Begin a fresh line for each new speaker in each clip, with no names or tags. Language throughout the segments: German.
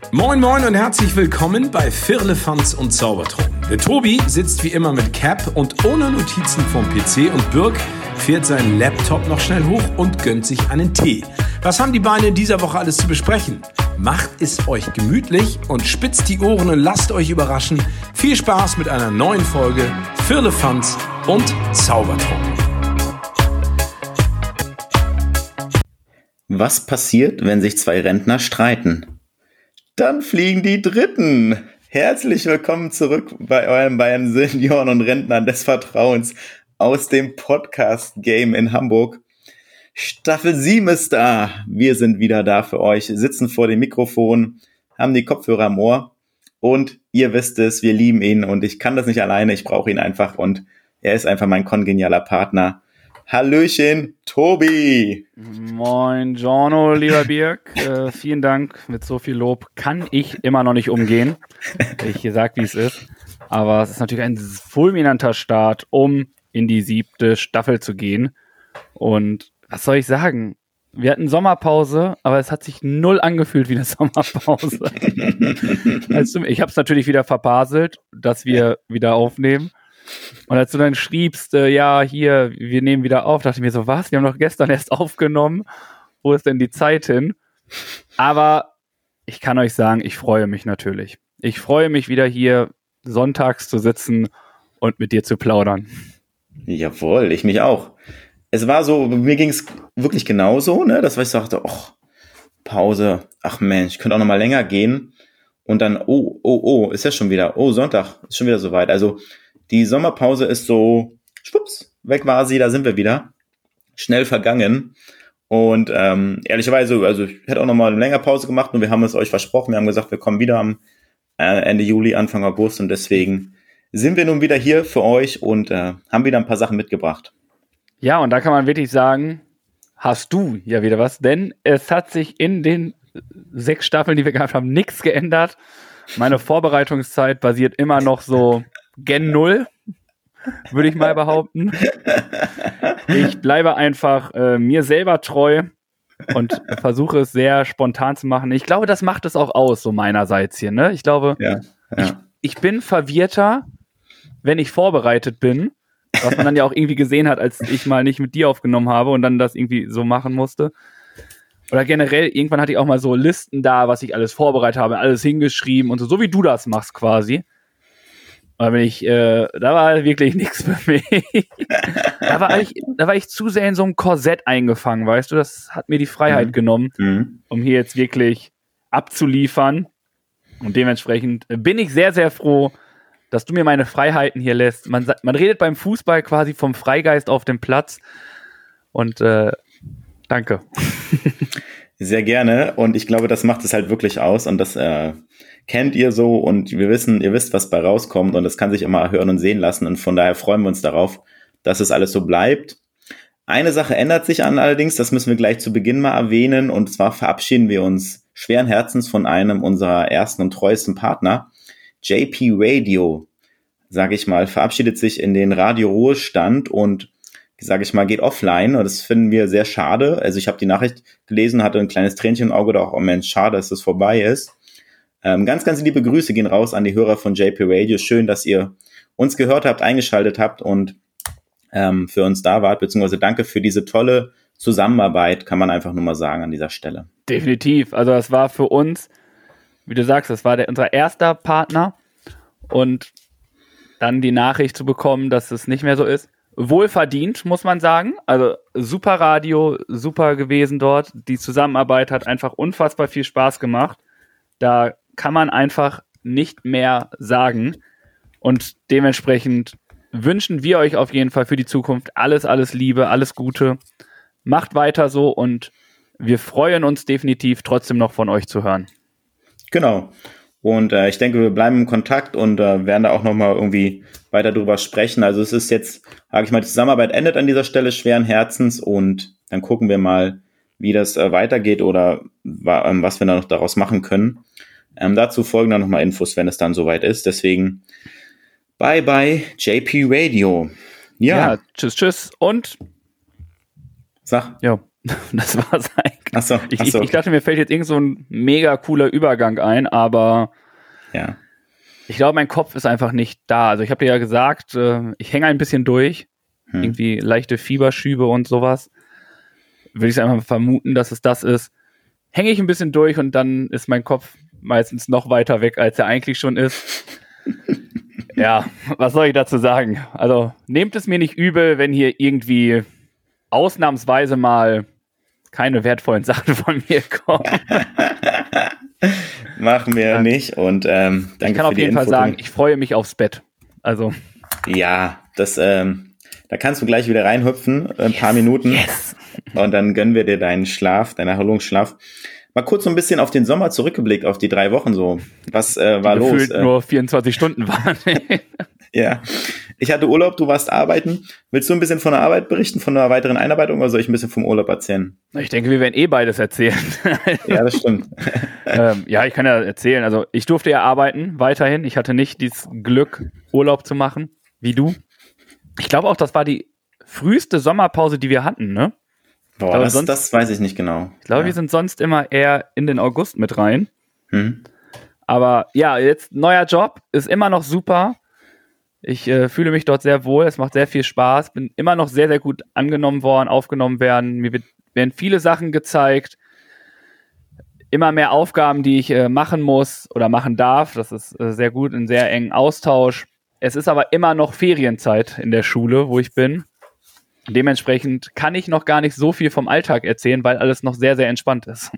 Moin moin und herzlich willkommen bei Firlefanz und Zaubertrunken. Der Tobi sitzt wie immer mit Cap und ohne Notizen vom PC und Birk fährt seinen Laptop noch schnell hoch und gönnt sich einen Tee. Was haben die Beine in dieser Woche alles zu besprechen? Macht es euch gemütlich und spitzt die Ohren und lasst euch überraschen. Viel Spaß mit einer neuen Folge Firlefanz und Zaubertrunken.
Was passiert, wenn sich zwei Rentner streiten? Dann fliegen die Dritten. Herzlich willkommen zurück bei euren beiden Senioren und Rentnern des Vertrauens aus dem Podcast-Game in Hamburg. Staffel 7 ist da. Wir sind wieder da für euch, sitzen vor dem Mikrofon, haben die Kopfhörer am Ohr und ihr wisst es, wir lieben ihn und ich kann das nicht alleine, ich brauche ihn einfach und er ist einfach mein kongenialer Partner. Hallöchen, Tobi!
Moin, Giorno, lieber Birk. Vielen Dank. Mit so viel Lob kann ich immer noch nicht umgehen. Ich sag, wie es ist. Aber es ist natürlich ein fulminanter Start, um in die 7. Staffel zu gehen. Und was soll ich sagen? Wir hatten Sommerpause, aber es hat sich null angefühlt wie eine Sommerpause. Also, ich habe es natürlich wieder verbaselt, dass wir wieder aufnehmen. Und als du dann schriebst, ja, hier, wir nehmen wieder auf, dachte ich mir so, was? Wir haben doch gestern erst aufgenommen. Wo ist denn die Zeit hin? Aber ich kann euch sagen, ich freue mich natürlich. Ich freue mich wieder hier sonntags zu sitzen und mit dir zu plaudern.
Jawohl, ich mich auch. Es war so, mir ging es wirklich genauso, ne, dass ich sagte, Pause, ach Mensch, könnte auch noch mal länger gehen. Und dann, ist ja schon wieder, Sonntag, ist schon wieder soweit. Also die Sommerpause ist so, schwupps, weg war sie, da sind wir wieder. Schnell vergangen. Und ehrlicherweise, also ich hätte auch noch mal eine längere Pause gemacht und wir haben es euch versprochen. Wir haben gesagt, wir kommen wieder am Ende Juli, Anfang August und deswegen sind wir nun wieder hier für euch und haben wieder ein paar Sachen mitgebracht.
Ja, und da kann man wirklich sagen, hast du ja wieder was, denn es hat sich in den 6 Staffeln, die wir gehabt haben, nichts geändert. Meine Vorbereitungszeit basiert immer noch so Gen 0, würde ich mal behaupten. Ich bleibe einfach mir selber treu und versuche es sehr spontan zu machen. Ich glaube, das macht es auch aus, so meinerseits hier. Ne? Ich glaube, ja. Ich bin verwirrter, wenn ich vorbereitet bin, was man dann ja auch irgendwie gesehen hat, als ich mal nicht mit dir aufgenommen habe und dann das irgendwie so machen musste. Oder generell, irgendwann hatte ich auch mal so Listen da, was ich alles vorbereitet habe, alles hingeschrieben und so wie du das machst quasi. Aber wenn ich, da war wirklich nichts für mich. Da war ich zu sehr in so einem Korsett eingefangen, weißt du? Das hat mir die Freiheit genommen, um hier jetzt wirklich abzuliefern. Und dementsprechend bin ich sehr, sehr froh, dass du mir meine Freiheiten hier lässt. Man redet beim Fußball quasi vom Freigeist auf dem Platz. Und danke.
Sehr gerne. Und ich glaube, das macht es halt wirklich aus. Und das kennt ihr so. Und ihr wisst, was bei rauskommt. Und das kann sich immer hören und sehen lassen. Und von daher freuen wir uns darauf, dass es alles so bleibt. Eine Sache ändert sich allerdings. Das müssen wir gleich zu Beginn mal erwähnen. Und zwar verabschieden wir uns schweren Herzens von einem unserer ersten und treuesten Partner. JP Radio, sage ich mal, verabschiedet sich in den Radio-Ruhestand und, sage ich mal, geht offline. Und das finden wir sehr schade. Also ich habe die Nachricht gelesen, hatte ein kleines Tränchen im Auge, doch, oh Mensch, schade, dass das vorbei ist. Ganz, ganz liebe Grüße gehen raus an die Hörer von JP Radio. Schön, dass ihr uns gehört habt, eingeschaltet habt und für uns da wart, beziehungsweise danke für diese tolle Zusammenarbeit, kann man einfach nur mal sagen an dieser Stelle.
Definitiv. Also das war für uns, wie du sagst, das war unser erster Partner und dann die Nachricht zu bekommen, dass es nicht mehr so ist. Wohlverdient, muss man sagen. Also super Radio, super gewesen dort. Die Zusammenarbeit hat einfach unfassbar viel Spaß gemacht. Da kann man einfach nicht mehr sagen. Und dementsprechend wünschen wir euch auf jeden Fall für die Zukunft alles Liebe, alles Gute. Macht weiter so und wir freuen uns definitiv trotzdem noch von euch zu hören.
Genau. Und ich denke, wir bleiben im Kontakt und werden da auch nochmal irgendwie weiter drüber sprechen. Also es ist jetzt, sage ich mal, die Zusammenarbeit endet an dieser Stelle schweren Herzens und dann gucken wir mal, wie das weitergeht oder was wir da noch daraus machen können. Dazu folgen dann nochmal Infos, wenn es dann soweit ist. Deswegen bye bye JP Radio.
Ja, tschüss und
sag.
Ja, das war's eigentlich.
Ach so.
Ich dachte, mir fällt jetzt irgend so ein mega cooler Übergang ein, aber
Ja.
ich glaube, mein Kopf ist einfach nicht da. Also ich habe dir ja gesagt, ich hänge ein bisschen durch. Irgendwie leichte Fieberschübe und sowas. Würde ich einfach vermuten, dass es das ist. Hänge ich ein bisschen durch und dann ist mein Kopf meistens noch weiter weg, als er eigentlich schon ist. Ja, was soll ich dazu sagen? Also nehmt es mir nicht übel, wenn hier irgendwie ausnahmsweise mal keine wertvollen Sachen von mir kommen.
Machen wir nicht. Und danke für die Info.
Ich kann auf jeden Fall sagen, ich freue mich aufs Bett. Also.
Ja, da kannst du gleich wieder reinhüpfen, ein paar Minuten.
Yes.
Und dann gönnen wir dir deinen Schlaf, deinen Erholungsschlaf. Mal kurz so ein bisschen auf den Sommer zurückgeblickt, auf die 3 Wochen so. Was war los?
Gefühlt nur 24 Stunden waren.
Ja, ich hatte Urlaub, du warst arbeiten. Willst du ein bisschen von der Arbeit berichten, von einer weiteren Einarbeitung, oder soll ich ein bisschen vom Urlaub erzählen?
Ich denke, wir werden beides erzählen.
Ja, das stimmt.
Ja, ich kann ja erzählen. Also ich durfte ja arbeiten, weiterhin. Ich hatte nicht dieses Glück, Urlaub zu machen, wie du. Ich glaube auch, das war die früheste Sommerpause, die wir hatten, ne?
Boah, das weiß ich nicht genau.
Ich glaube, wir sind sonst immer eher in den August mit rein. Aber ja, jetzt neuer Job, ist immer noch super. Ich fühle mich dort sehr wohl, es macht sehr viel Spaß, bin immer noch sehr, sehr gut angenommen worden, aufgenommen werden. Mir werden viele Sachen gezeigt, immer mehr Aufgaben, die ich machen muss oder machen darf. Das ist sehr gut, ein sehr engen Austausch. Es ist aber immer noch Ferienzeit in der Schule, wo ich bin. Dementsprechend kann ich noch gar nicht so viel vom Alltag erzählen, weil alles noch sehr, sehr entspannt ist.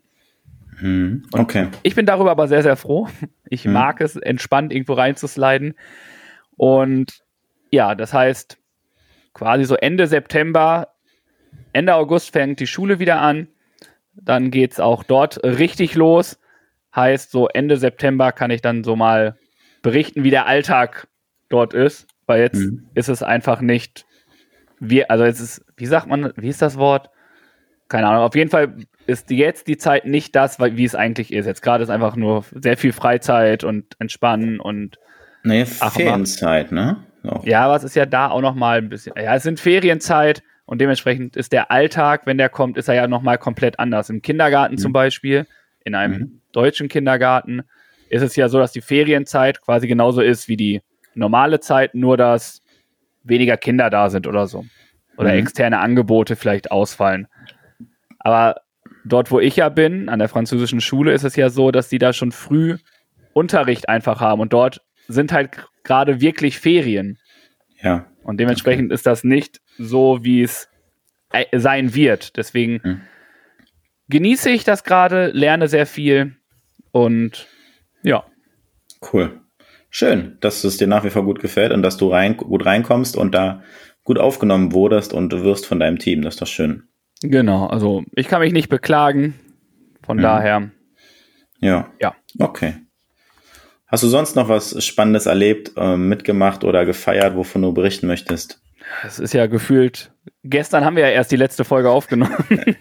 Okay.
Ich bin darüber aber sehr, sehr froh. Ich mag es, entspannt irgendwo reinzusliden. Und ja, das heißt, quasi so Ende September, Ende August fängt die Schule wieder an. Dann geht es auch dort richtig los. Heißt, so Ende September kann ich dann so mal berichten, wie der Alltag dort ist. Weil jetzt ist es einfach nicht, wie sagt man, wie ist das Wort? Keine Ahnung. Auf jeden Fall ist jetzt die Zeit nicht das, wie es eigentlich ist. Jetzt gerade ist einfach nur sehr viel Freizeit und Entspannen und
Ferienzeit, ne? So.
Ja, aber es ist ja da auch noch mal ein bisschen, ja, es sind Ferienzeit und dementsprechend ist der Alltag, wenn der kommt, ist er ja noch mal komplett anders. Im Kindergarten zum Beispiel, in einem deutschen Kindergarten, ist es ja so, dass die Ferienzeit quasi genauso ist wie die normale Zeit, nur dass weniger Kinder da sind oder so. Oder externe Angebote vielleicht ausfallen. Aber dort, wo ich ja bin, an der französischen Schule, ist es ja so, dass die da schon früh Unterricht einfach haben. Und dort sind halt gerade wirklich Ferien.
Ja.
Und dementsprechend ist das nicht so, wie es sein wird. Deswegen genieße ich das gerade, lerne sehr viel und ja.
Cool. Schön, dass es dir nach wie vor gut gefällt und dass du gut reinkommst und da gut aufgenommen wurdest und du wirst von deinem Team. Das ist doch schön.
Genau, also ich kann mich nicht beklagen. Von daher.
Ja. Okay. Hast du sonst noch was Spannendes erlebt, mitgemacht oder gefeiert, wovon du berichten möchtest?
Es ist ja gefühlt, gestern haben wir ja erst die letzte Folge aufgenommen.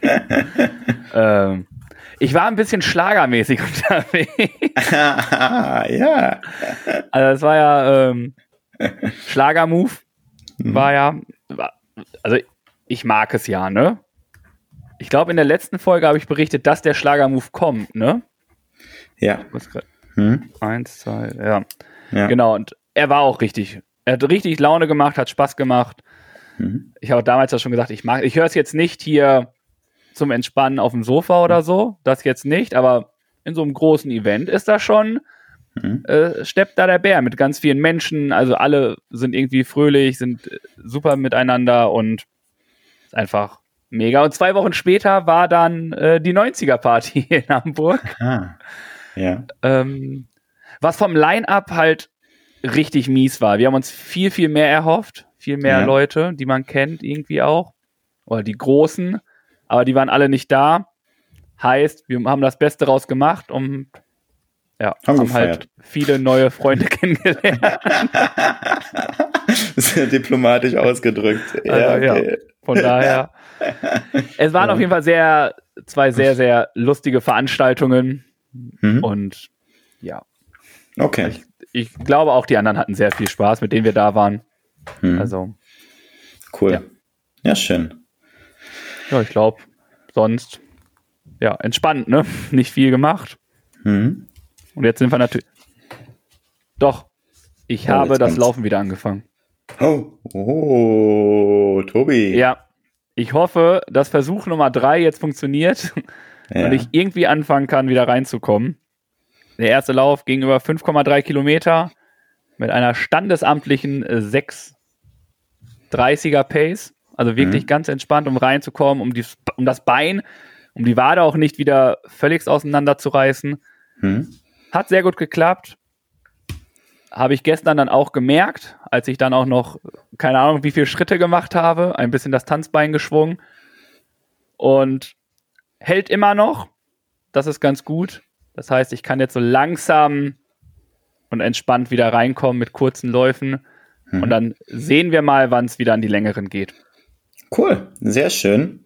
Ich war ein bisschen schlagermäßig unterwegs.
Ja.
Also es war ja Schlagermove. Also ich mag es ja, ne? Ich glaube, in der letzten Folge habe ich berichtet, dass der Schlagermove kommt, ne?
Ja.
1, 2, ja. Genau, und er war auch richtig. Er hat richtig Laune gemacht, hat Spaß gemacht. Ich habe damals ja schon gesagt, ich höre es jetzt nicht hier zum Entspannen auf dem Sofa oder so, das jetzt nicht, aber in so einem großen Event ist das schon, steppt da der Bär mit ganz vielen Menschen, also alle sind irgendwie fröhlich, sind super miteinander und ist einfach mega. Und 2 Wochen später war dann die 90er-Party in Hamburg.
Ja.
Was vom Line-Up halt richtig mies war. Wir haben uns viel, viel mehr erhofft, viel mehr Leute, die man kennt irgendwie auch, oder die Großen, aber die waren alle nicht da. Heißt, wir haben das Beste raus gemacht und haben halt viele neue Freunde kennengelernt.
Sehr diplomatisch ausgedrückt.
Okay. Von daher. Es waren auf jeden Fall 2 sehr, sehr lustige Veranstaltungen. Und ja.
Okay.
Ich glaube auch, die anderen hatten sehr viel Spaß, mit denen wir da waren. Also.
Cool. Ja, schön.
Ja, ich glaube, sonst ja, entspannt, ne? Nicht viel gemacht.
Mhm.
Und jetzt sind wir natürlich. Doch, ich habe das
kommt's.
Laufen wieder angefangen.
Tobi.
Ja, ich hoffe, dass Versuch Nummer 3 jetzt funktioniert
Ja.
und ich irgendwie anfangen kann, wieder reinzukommen. Der erste Lauf ging über 5,3 Kilometer mit einer standesamtlichen 6:30er Pace. Also wirklich ganz entspannt, um reinzukommen, um das Bein, um die Wade auch nicht wieder völlig auseinanderzureißen. Hat sehr gut geklappt. Habe ich gestern dann auch gemerkt, als ich dann auch noch, keine Ahnung, wie viele Schritte gemacht habe, ein bisschen das Tanzbein geschwungen und hält immer noch. Das ist ganz gut. Das heißt, ich kann jetzt so langsam und entspannt wieder reinkommen mit kurzen Läufen und dann sehen wir mal, wann es wieder an die längeren geht.
Cool, sehr schön.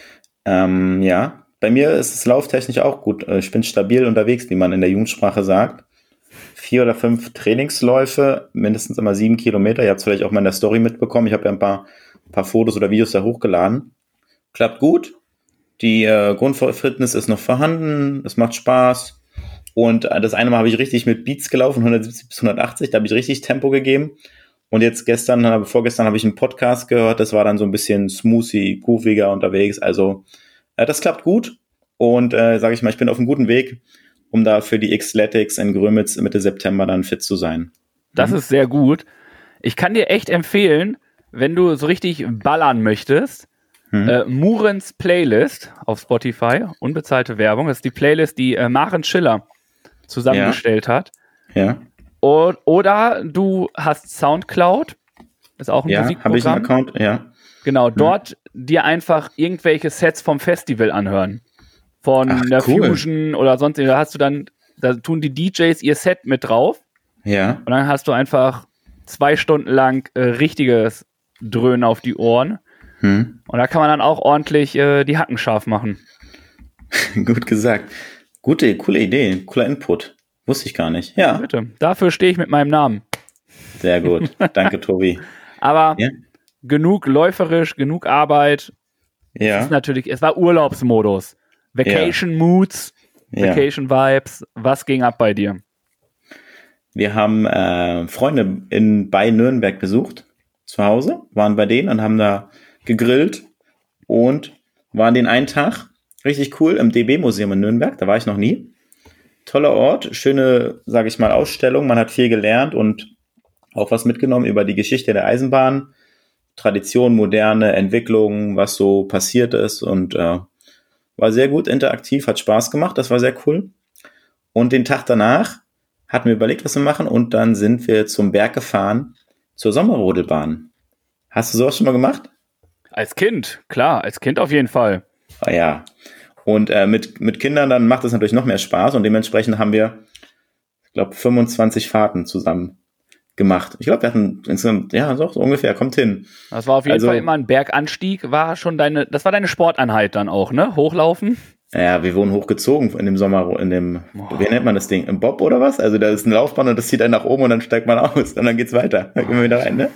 Ja, bei mir ist es lauftechnisch auch gut. Ich bin stabil unterwegs, wie man in der Jugendsprache sagt. 4 oder 5 Trainingsläufe, mindestens immer 7 Kilometer. Ihr habt es vielleicht auch mal in der Story mitbekommen. Ich habe ja ein paar Fotos oder Videos da hochgeladen. Klappt gut. Die Grundfitness ist noch vorhanden. Es macht Spaß. Und das eine Mal habe ich richtig mit Beats gelaufen, 170 bis 180. Da habe ich richtig Tempo gegeben. Und jetzt vorgestern habe ich einen Podcast gehört. Das war dann so ein bisschen smoothie, grooviger unterwegs. Also das klappt gut. Und sage ich mal, ich bin auf einem guten Weg, um da für die Xletics in Grömitz Mitte September dann fit zu sein.
Das ist sehr gut. Ich kann dir echt empfehlen, wenn du so richtig ballern möchtest, Murens Playlist auf Spotify, unbezahlte Werbung, das ist die Playlist, die Maren Schiller zusammengestellt hat.
Ja.
Oder du hast Soundcloud, ist auch ein Musikprogramm.
Ja, habe ich einen Account, ja.
Genau, dort dir einfach irgendwelche Sets vom Festival anhören. Von der Fusion oder sonst, da tun die DJs ihr Set mit drauf.
Ja.
Und dann hast du einfach 2 Stunden lang richtiges Dröhnen auf die Ohren. Und da kann man dann auch ordentlich die Hacken scharf machen.
Gut gesagt. Coole Idee, cooler Input. Wusste ich gar nicht. Ja.
Bitte. Dafür stehe ich mit meinem Namen.
Sehr gut. Danke, Tobi.
Aber genug läuferisch, genug Arbeit.
Ja.
Es war Urlaubsmodus. Vacation Moods, Vacation Vibes. Was ging ab bei dir?
Wir haben Freunde bei Nürnberg besucht, zu Hause, waren bei denen und haben da gegrillt und waren den einen Tag richtig cool im DB-Museum in Nürnberg. Da war ich noch nie. Toller Ort, schöne, sage ich mal, Ausstellung. Man hat viel gelernt und auch was mitgenommen über die Geschichte der Eisenbahn, Tradition, moderne Entwicklung, was so passiert ist und war sehr gut interaktiv, hat Spaß gemacht, das war sehr cool. Und den Tag danach hatten wir überlegt, was wir machen und dann sind wir zum Berg gefahren, zur Sommerrodelbahn. Hast du sowas schon mal gemacht?
Als Kind, klar, als Kind auf jeden Fall.
Ah, ja. Und mit Kindern dann macht es natürlich noch mehr Spaß und dementsprechend haben wir, ich glaube, 25 Fahrten zusammen gemacht. Ich glaube, wir hatten insgesamt, so ungefähr, kommt hin.
Das war auf jeden Fall immer ein Berganstieg, das war deine Sporteinheit dann auch, ne? Hochlaufen?
Ja, wir wurden hochgezogen in dem Sommer, wie nennt man das Ding? Im Bob oder was? Also da ist ein Laufband und das zieht einen nach oben und dann steigt man aus und dann geht's weiter. Da gehen wir wieder rein, ne?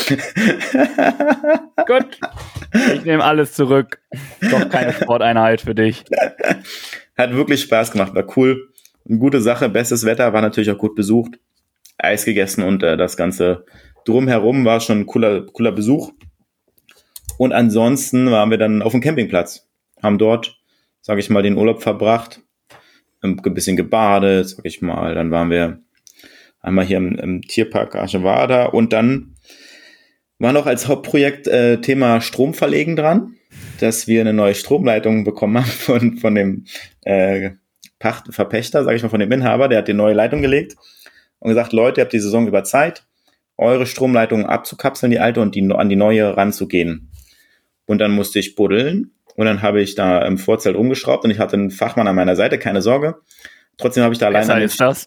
Gut. Ich nehme alles zurück. Doch keine Sporteinheit für dich.
Hat wirklich Spaß gemacht, war cool. Eine gute Sache, bestes Wetter, war natürlich auch gut besucht. Eis gegessen und das Ganze drumherum war schon ein cooler Besuch. Und ansonsten waren wir dann auf dem Campingplatz. Haben dort, sage ich mal, den Urlaub verbracht. Ein bisschen gebadet, sage ich mal. Dann waren wir einmal hier im Tierpark Aschewada und dann war noch als Hauptprojekt Thema Strom verlegen dran, dass wir eine neue Stromleitung bekommen haben von dem Verpächter, sage ich mal, von dem Inhaber. Der hat die neue Leitung gelegt und gesagt, Leute, ihr habt die Saison über Zeit, eure Stromleitung abzukapseln, die alte, und an die neue ranzugehen. Und dann musste ich buddeln und dann habe ich da im Vorzelt umgeschraubt und ich hatte einen Fachmann an meiner Seite, keine Sorge. Trotzdem habe ich da allein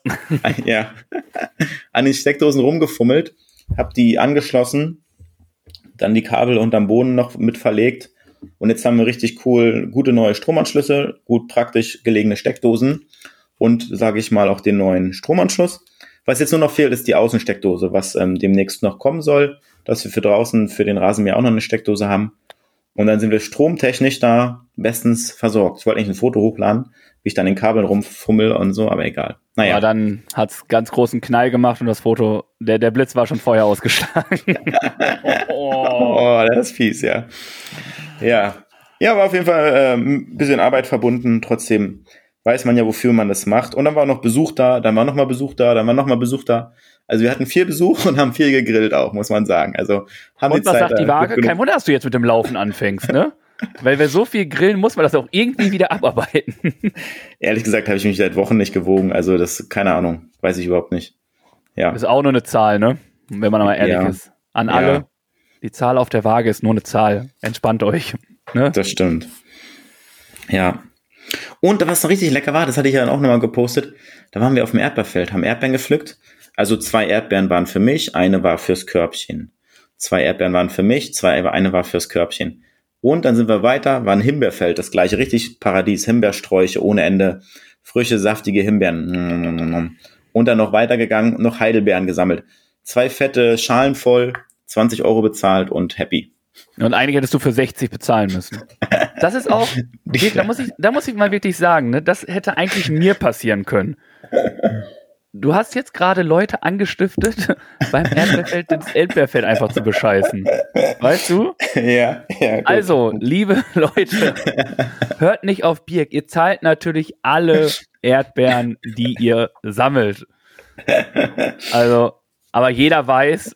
an den Steckdosen rumgefummelt, habe die angeschlossen, dann die Kabel unterm Boden noch mit verlegt und jetzt haben wir richtig gute neue Stromanschlüsse, gut praktisch gelegene Steckdosen und, sage ich mal, auch den neuen Stromanschluss. Was jetzt nur noch fehlt, ist die Außensteckdose, was demnächst noch kommen soll, dass wir für draußen, für den Rasenmäher auch noch eine Steckdose haben. Und dann sind wir stromtechnisch da bestens versorgt. Ich wollte eigentlich ein Foto hochladen, wie ich dann in den Kabeln rumfummel und so, aber egal. Naja.
Aber dann hat's ganz großen Knall gemacht und das Foto, der Blitz war schon vorher ausgeschlagen.
Oh, das ist fies, ja. Ja. Ja, war auf jeden Fall ein bisschen Arbeit verbunden. Trotzdem weiß man ja, wofür man das macht. Und dann war noch Besuch da, dann war nochmal Besuch da, dann war nochmal Besuch da. Also wir hatten 4 Besuch und haben 4 gegrillt auch, muss man sagen. Also haben
und
die
was
Zeit
sagt die Waage? Kein Wunder, dass du jetzt mit dem Laufen anfängst, ne? Weil wir so viel grillen, muss man das auch irgendwie wieder abarbeiten.
Ehrlich gesagt habe ich mich seit Wochen nicht gewogen. Also das, keine Ahnung, weiß ich überhaupt nicht. Ja.
Ist auch nur eine Zahl, ne? Wenn man mal ehrlich ist. An alle, die Zahl auf der Waage ist nur eine Zahl. Entspannt euch. Ne?
Das stimmt. Ja. Und was noch richtig lecker war, das hatte ich ja dann auch nochmal gepostet, da waren wir auf dem Erdbeerfeld, haben Erdbeeren gepflückt. Also 2 Erdbeeren waren für mich, eine war fürs Körbchen. 2 Erdbeeren waren für mich, eine war fürs Körbchen. Und dann sind wir weiter, war ein Himbeerfeld, das gleiche, richtig Paradies, Himbeersträuche ohne Ende, frische, saftige Himbeeren. Und dann noch weitergegangen, noch Heidelbeeren gesammelt. 2 fette Schalen voll, 20 € bezahlt und happy.
Und einige hättest du für 60 bezahlen müssen. Das ist auch, da muss ich mal wirklich sagen, ne, das hätte eigentlich mir passieren können. Du hast jetzt gerade Leute angestiftet, beim Erdbeerfeld das Erdbeerfeld einfach zu bescheißen. Weißt du?
Ja, gut.
Also, liebe Leute, hört nicht auf Birk. Ihr zahlt natürlich alle Erdbeeren, die ihr sammelt. Also, aber jeder weiß,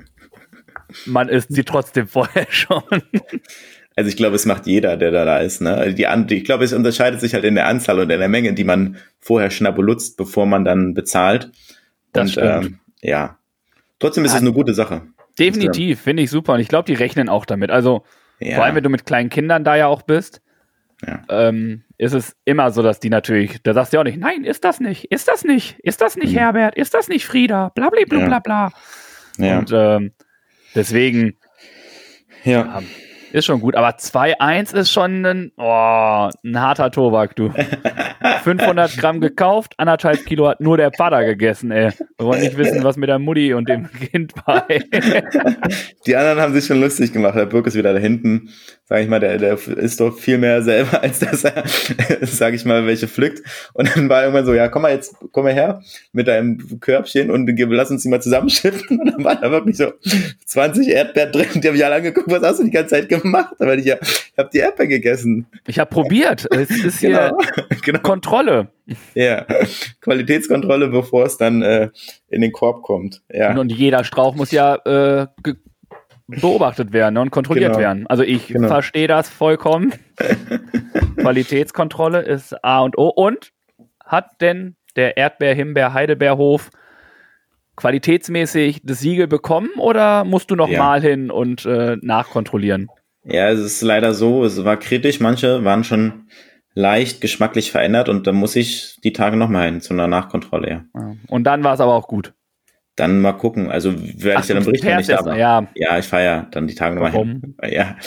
man isst sie trotzdem vorher schon.
Also ich glaube, es macht jeder, der da ist. Ne? Also ich glaube, es unterscheidet sich halt in der Anzahl und in der Menge, die man vorher schnabelutzt, bevor man dann bezahlt.
Das stimmt.
Ja, trotzdem ist es eine gute Sache.
Definitiv, finde ich super. Und ich glaube, die rechnen auch damit. Also vor allem, wenn du mit kleinen Kindern da ja auch bist, ist es immer so, dass die natürlich, da sagst du ja auch nicht, nein, ist das nicht, Herbert, ist das nicht Frieda, bla bla bla bla bla.
Ja.
Und deswegen ist schon gut, aber 2,1 ist schon ein harter Tobak, du. 500 Gramm gekauft, 1,5 Kilo hat nur der Vater gegessen, ey. Wir wollen nicht wissen, was mit der Mutti und dem Kind war, ey.
Die anderen haben sich schon lustig gemacht. Der Birk ist wieder da hinten. Sag ich mal, der isst doch viel mehr selber, als dass er, sag ich mal, welche pflückt. Und dann war irgendwann so, ja, komm mal her mit deinem Körbchen und lass uns die mal zusammenschiffen. Und dann waren da wirklich so 20 Erdbeeren drin. Die haben mich alle angeguckt, was hast du die ganze Zeit gemacht? Aber ich habe die Erdbeeren gegessen.
Ich habe probiert. Es ist hier Kontrolle.
Ja, Qualitätskontrolle, bevor es dann in den Korb kommt. Ja.
Und jeder Strauch muss ja beobachtet werden und kontrolliert werden. Also ich verstehe das vollkommen. Qualitätskontrolle ist A und O. Und hat denn der Erdbeer-Himbeer-Heidelbeerhof qualitätsmäßig das Siegel bekommen oder musst du noch mal hin und nachkontrollieren?
Ja, es ist leider so, es war kritisch. Manche waren schon leicht geschmacklich verändert und da muss ich die Tage nochmal hin zu einer Nachkontrolle.
Ja. Und dann war es aber auch gut.
Dann mal gucken. Also werde ich dir dann berichten, wenn ich da war.
Ja,
ich fahre ja dann die Tage nochmal hin. Ja.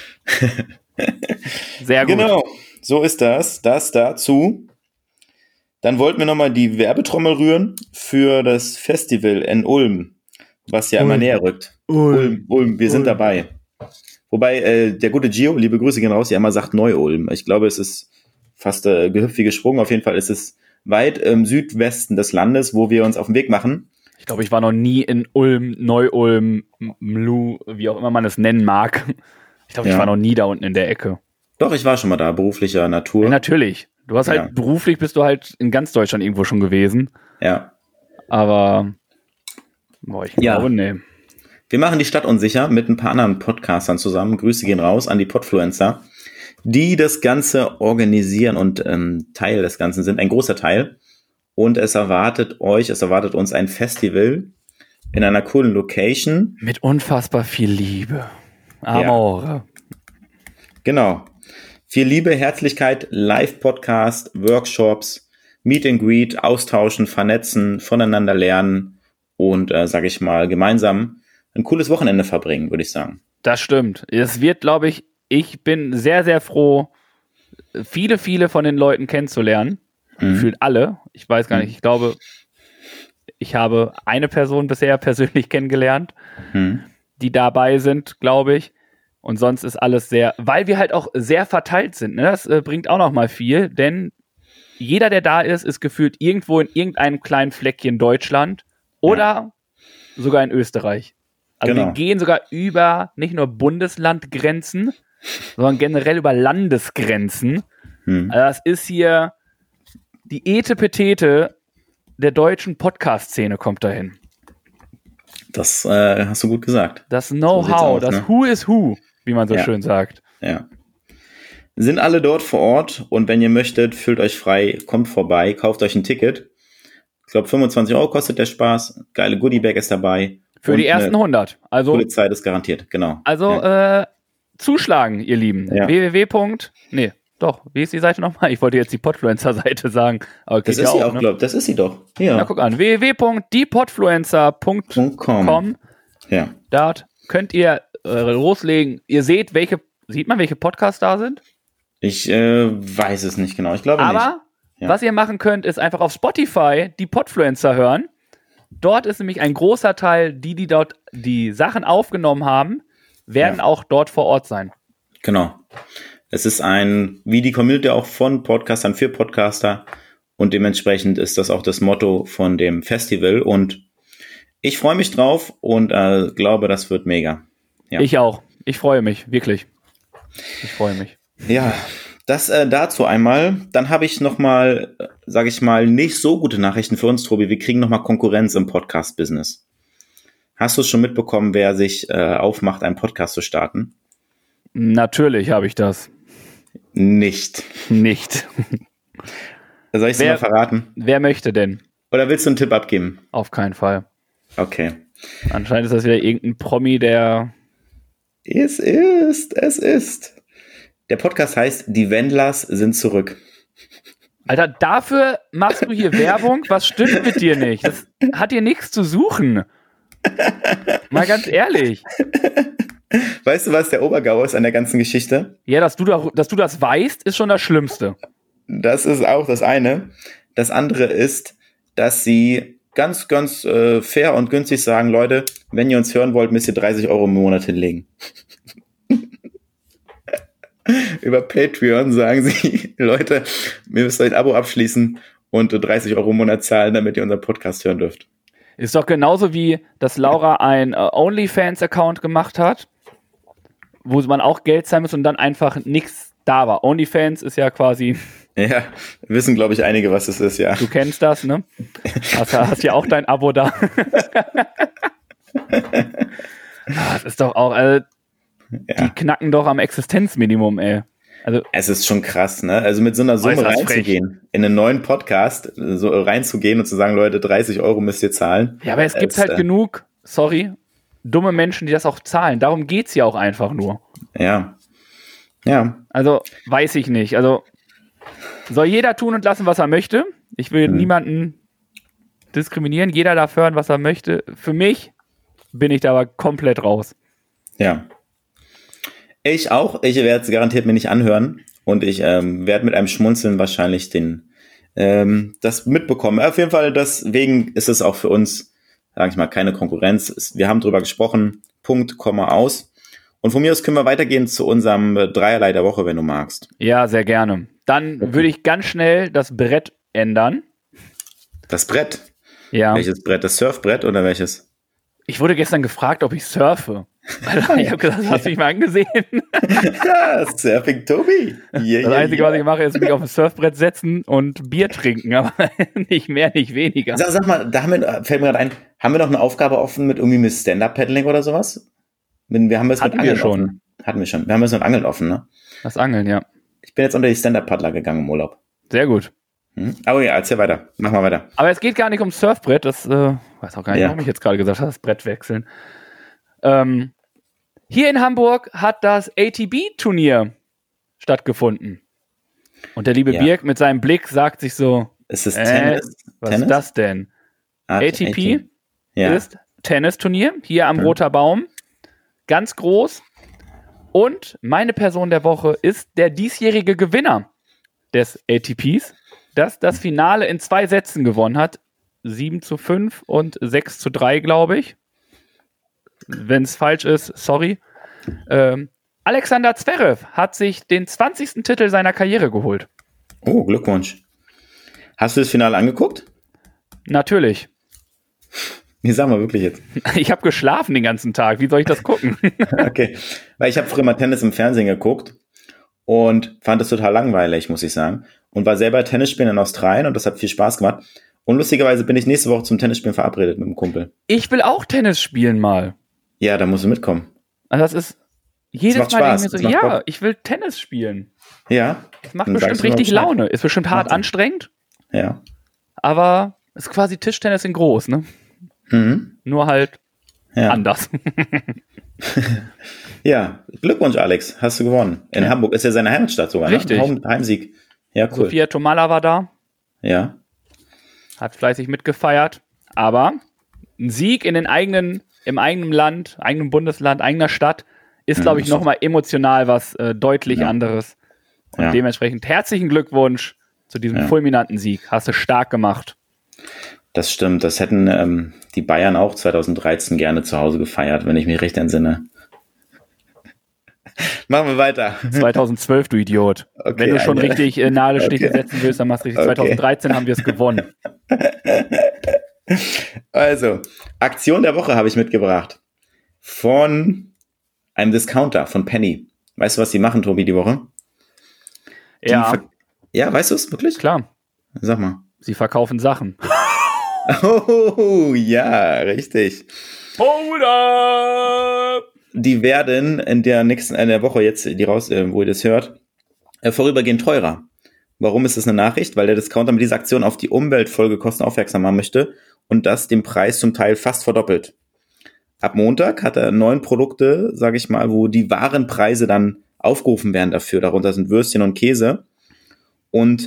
Sehr gut.
Genau, so ist das. Das dazu. Dann wollten wir nochmal die Werbetrommel rühren für das Festival in Ulm, was ja immer näher rückt. Ulm, wir sind dabei. Wobei der gute Gio, liebe Grüße gehen raus, ja immer sagt Neu-Ulm. Ich glaube, es ist fast gehüpft wie gesprungen. Auf jeden Fall ist es weit im Südwesten des Landes, wo wir uns auf den Weg machen.
Ich glaube, ich war noch nie in Ulm, Neu-Ulm, Mlu, wie auch immer man es nennen mag. Ich glaube, ich war noch nie da unten in der Ecke.
Doch, ich war schon mal da, beruflicher Natur.
Ja, natürlich. Du hast halt beruflich bist du halt in ganz Deutschland irgendwo schon gewesen.
Ja.
Aber ich glaube, nee.
Wir machen die Stadt unsicher mit ein paar anderen Podcastern zusammen. Grüße gehen raus an die Podfluencer, die das Ganze organisieren und Teil des Ganzen sind, ein großer Teil. Und es erwartet uns ein Festival in einer coolen Location.
Mit unfassbar viel Liebe. Amore.
Ja. Genau. Viel Liebe, Herzlichkeit, Live-Podcast, Workshops, Meet and Greet, austauschen, vernetzen, voneinander lernen und, sage ich mal, gemeinsam ein cooles Wochenende verbringen, würde ich sagen.
Das stimmt. Es wird, glaube ich bin sehr, sehr froh, viele, viele von den Leuten kennenzulernen. Gefühlt alle. Ich weiß gar nicht, ich glaube, ich habe eine Person bisher persönlich kennengelernt, die dabei sind, glaube ich. Und sonst ist alles sehr, weil wir halt auch sehr verteilt sind. Ne? Das bringt auch noch mal viel, denn jeder, der da ist, ist gefühlt irgendwo in irgendeinem kleinen Fleckchen Deutschland oder sogar in Österreich. Also wir gehen sogar über nicht nur Bundeslandgrenzen, sondern generell über Landesgrenzen. Also das ist hier die Etepetete der deutschen Podcast-Szene kommt dahin.
Das hast du gut gesagt.
Das Know-how, so das Who is Who, wie man so schön sagt.
Ja. Sind alle dort vor Ort und wenn ihr möchtet, fühlt euch frei, kommt vorbei, kauft euch ein Ticket. Ich glaube, 25 € kostet der Spaß. Geile Goodiebag ist dabei.
Für die ersten 100. Also
coole Zeit ist garantiert, genau.
Also zuschlagen, ihr Lieben.
Ja.
Wie ist die Seite nochmal? Ich wollte jetzt die Podfluencer-Seite sagen. Aber
das ist sie auch, glaube ich. Das ist sie doch. Ja.
Na, guck an. www.diepodfluencer.com.
Ja.
Dort könnt ihr loslegen. Ihr seht, sieht man, welche Podcasts da sind?
Ich weiß es nicht genau. Ich glaube nicht.
Aber was ihr machen könnt, ist einfach auf Spotify die Podfluencer hören. Dort ist nämlich ein großer Teil, die dort die Sachen aufgenommen haben, werden auch dort vor Ort sein.
Genau. Es ist wie die Community auch von Podcastern für Podcaster und dementsprechend ist das auch das Motto von dem Festival und ich freue mich drauf und glaube, das wird mega. Ja.
Ich auch. Ich freue mich, wirklich. Ich freue mich.
Ja, das dazu einmal. Dann habe ich nochmal, sage ich mal, nicht so gute Nachrichten für uns, Tobi. Wir kriegen nochmal Konkurrenz im Podcast-Business. Hast du es schon mitbekommen, wer sich aufmacht, einen Podcast zu starten?
Natürlich habe ich das.
Nicht. Soll ich es mal verraten?
Wer möchte denn?
Oder willst du einen Tipp abgeben?
Auf keinen Fall.
Okay.
Anscheinend ist das wieder irgendein Promi, der...
Es ist. Der Podcast heißt Die Wendlers sind zurück.
Alter, dafür machst du hier Werbung? Was stimmt mit dir nicht? Das hat hier nichts zu suchen. Mal ganz ehrlich.
Weißt du, was der Obergau ist an der ganzen Geschichte?
Ja, dass du das weißt, ist schon das Schlimmste. Das
ist auch das eine. Das andere ist, dass sie ganz, ganz fair und günstig sagen, Leute, wenn ihr uns hören wollt, müsst ihr 30 € im Monat hinlegen. Über Patreon sagen sie, Leute, ihr müsst euch ein Abo abschließen und 30 € im Monat zahlen, damit ihr unseren Podcast hören dürft.
Ist doch genauso wie, dass Laura ein OnlyFans-Account gemacht hat, wo man auch Geld zahlen muss und dann einfach nichts da war. OnlyFans ist ja quasi...
Ja, wissen, glaube ich, einige, was es ist, ja.
Du kennst das, ne? Hast ja auch dein Abo da. Das ist doch auch... Die knacken doch am Existenzminimum, ey. Also,
es ist schon krass, ne? Also mit so einer Summe reinzugehen, in einen neuen Podcast so reinzugehen und zu sagen, Leute, 30 € müsst ihr zahlen.
Ja, aber es gibt halt genug, dumme Menschen, die das auch zahlen. Darum geht's ja auch einfach nur.
Ja.
Also, weiß ich nicht. Also, soll jeder tun und lassen, was er möchte. Ich will niemanden diskriminieren. Jeder darf hören, was er möchte. Für mich bin ich da aber komplett raus.
Ja. Ich auch. Ich werde es garantiert mir nicht anhören. Und ich werde mit einem Schmunzeln wahrscheinlich das mitbekommen. Auf jeden Fall, deswegen ist es auch für uns, sage ich mal, keine Konkurrenz. Wir haben drüber gesprochen. Punkt, Komma, aus. Und von mir aus können wir weitergehen zu unserem Dreierlei der Woche, wenn du magst.
Ja, sehr gerne. Dann würde ich ganz schnell das Brett ändern.
Das Brett?
Ja.
Welches Brett? Das Surfbrett oder welches?
Ich wurde gestern gefragt, ob ich surfe. Also, ich habe gesagt, hast du mich mal angesehen?
Ja, Surfing Tobi.
Das Einzige, was ich mache, ist mich auf ein Surfbrett setzen und Bier trinken, aber nicht mehr, nicht weniger.
Sag mal, fällt mir gerade ein, haben wir noch eine Aufgabe offen mit Stand-Up-Paddling oder sowas? Wir haben es mit Angeln offen. Hatten wir schon. Wir haben es mit Angeln offen, ne?
Das Angeln, ja.
Ich bin jetzt unter die Stand-Up-Paddler gegangen im Urlaub.
Sehr gut.
Aber ja, erzähl weiter. Mach mal weiter.
Aber es geht gar nicht ums Surfbrett. Das weiß auch gar nicht, warum ich jetzt gerade gesagt habe, das Brett wechseln. Hier in Hamburg hat das ATB-Turnier stattgefunden. Und der liebe Birk mit seinem Blick sagt sich so,
ist es Tennis?
Was ist das denn? ATP ist Tennisturnier hier am Roter Baum. Ganz groß. Und meine Person der Woche ist der diesjährige Gewinner des ATPs, das das Finale in 2 Sätzen gewonnen hat. 7:5 und 6:3, glaube ich. Wenn es falsch ist, sorry. Alexander Zverev hat sich den 20. Titel seiner Karriere geholt.
Oh, Glückwunsch. Hast du das Finale angeguckt?
Natürlich.
Nee, sag mal wirklich jetzt.
Ich habe geschlafen den ganzen Tag. Wie soll ich das gucken?
Okay, weil ich habe früher mal Tennis im Fernsehen geguckt und fand das total langweilig, muss ich sagen. Und war selber Tennis spielen in Australien und das hat viel Spaß gemacht. Und lustigerweise bin ich nächste Woche zum Tennisspielen verabredet mit einem Kumpel.
Ich will auch Tennis spielen mal.
Ja, da musst du mitkommen.
Also das ist jedes
macht
Mal
Spaß.
denke ich
Das
mir so,
macht
ja,
Bock.
ich will Tennis spielen.
Ja.
Das macht
Dann
bestimmt
sagst du mal
richtig
Bescheid.
Laune. Ist bestimmt hart
Macht.
anstrengend,
Ja.
aber ist quasi Tischtennis in groß, ne?
Mhm.
Nur halt
Ja.
anders.
Ja, Glückwunsch, Alex. Hast du gewonnen. In Hamburg ist ja seine Heimatstadt sogar.
Richtig.
Ne? Heimsieg. Ja, cool.
Sophia Tomala war da,
Ja.
hat fleißig mitgefeiert, aber ein Sieg im eigenen Land, eigenem Bundesland, eigener Stadt ist, glaube ich, nochmal emotional was deutlich anderes. Und
Ja.
dementsprechend herzlichen Glückwunsch zu diesem fulminanten Sieg. Hast du stark gemacht.
Das stimmt. Das hätten die Bayern auch 2013 gerne zu Hause gefeiert, wenn ich mich recht entsinne. Machen wir weiter.
2012, du Idiot.
Okay,
Wenn du schon
eine-
richtig Nadelstiche setzen willst, dann machst du richtig.
Okay.
2013 haben wir es gewonnen.
Also, Aktion der Woche habe ich mitgebracht. Von einem Discounter, von Penny. Weißt du, was die machen, Tobi, die Woche?
Ja,
Ja, weißt du es wirklich?
klar.
Sag mal.
Sie verkaufen Sachen.
Oh, ja, richtig.
Hold up!
Die werden in der Woche jetzt, wo ihr das hört, vorübergehend teurer. Warum ist das eine Nachricht? Weil der Discounter mit dieser Aktion auf die Umweltfolgekosten aufmerksam machen möchte und das den Preis zum Teil fast verdoppelt. Ab Montag hat er 9 Produkte, sage ich mal, wo die wahren Preise dann aufgerufen werden dafür. Darunter sind Würstchen und Käse. Und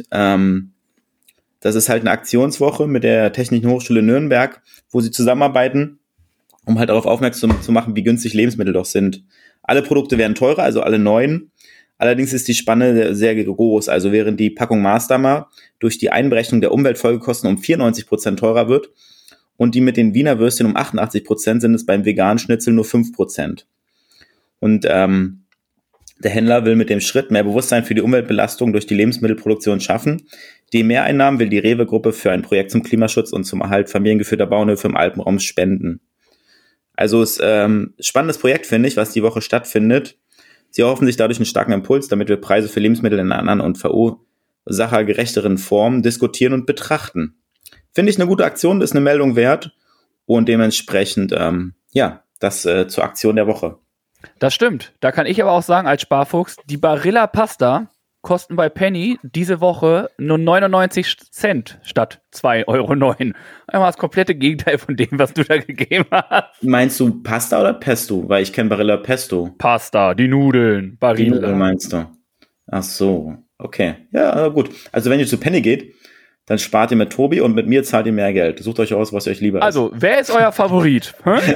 das ist halt eine Aktionswoche mit der Technischen Hochschule Nürnberg, wo sie zusammenarbeiten, um halt darauf aufmerksam zu machen, wie günstig Lebensmittel doch sind. Alle Produkte werden teurer, also alle neuen. Allerdings ist die Spanne sehr groß. Also während die Packung Maßdammer durch die Einberechnung der Umweltfolgekosten um 94% teurer wird und die mit den Wiener Würstchen um 88%, sind es beim veganen Schnitzel nur 5%. Und der Händler will mit dem Schritt mehr Bewusstsein für die Umweltbelastung durch die Lebensmittelproduktion schaffen. Die Mehreinnahmen will die Rewe-Gruppe für ein Projekt zum Klimaschutz und zum Erhalt familiengeführter Bauernhöfe im Alpenraum spenden. Also es ist ein spannendes Projekt, finde ich, was die Woche stattfindet. Sie erhoffen sich dadurch einen starken Impuls, damit wir Preise für Lebensmittel in einer anderen und verursachergerechteren Form diskutieren und betrachten. Finde ich eine gute Aktion, ist eine Meldung wert und dementsprechend, das zur Aktion der Woche.
Das stimmt. Da kann ich aber auch sagen, als Sparfuchs, die Barilla Pasta kosten bei Penny diese Woche nur 99 Cent statt 2,09 Euro. Einmal das komplette Gegenteil von dem, was du da gegeben hast.
Meinst du Pasta oder Pesto? Weil ich kenne Barilla Pesto.
Pasta, die Nudeln,
Die
Barilla.
Nudeln meinst du? Ach so, okay. Ja, gut. Also wenn ihr zu Penny geht, dann spart ihr mit Tobi und mit mir zahlt ihr mehr Geld. Sucht euch aus, was euch lieber ist.
Also, wer ist euer Favorit?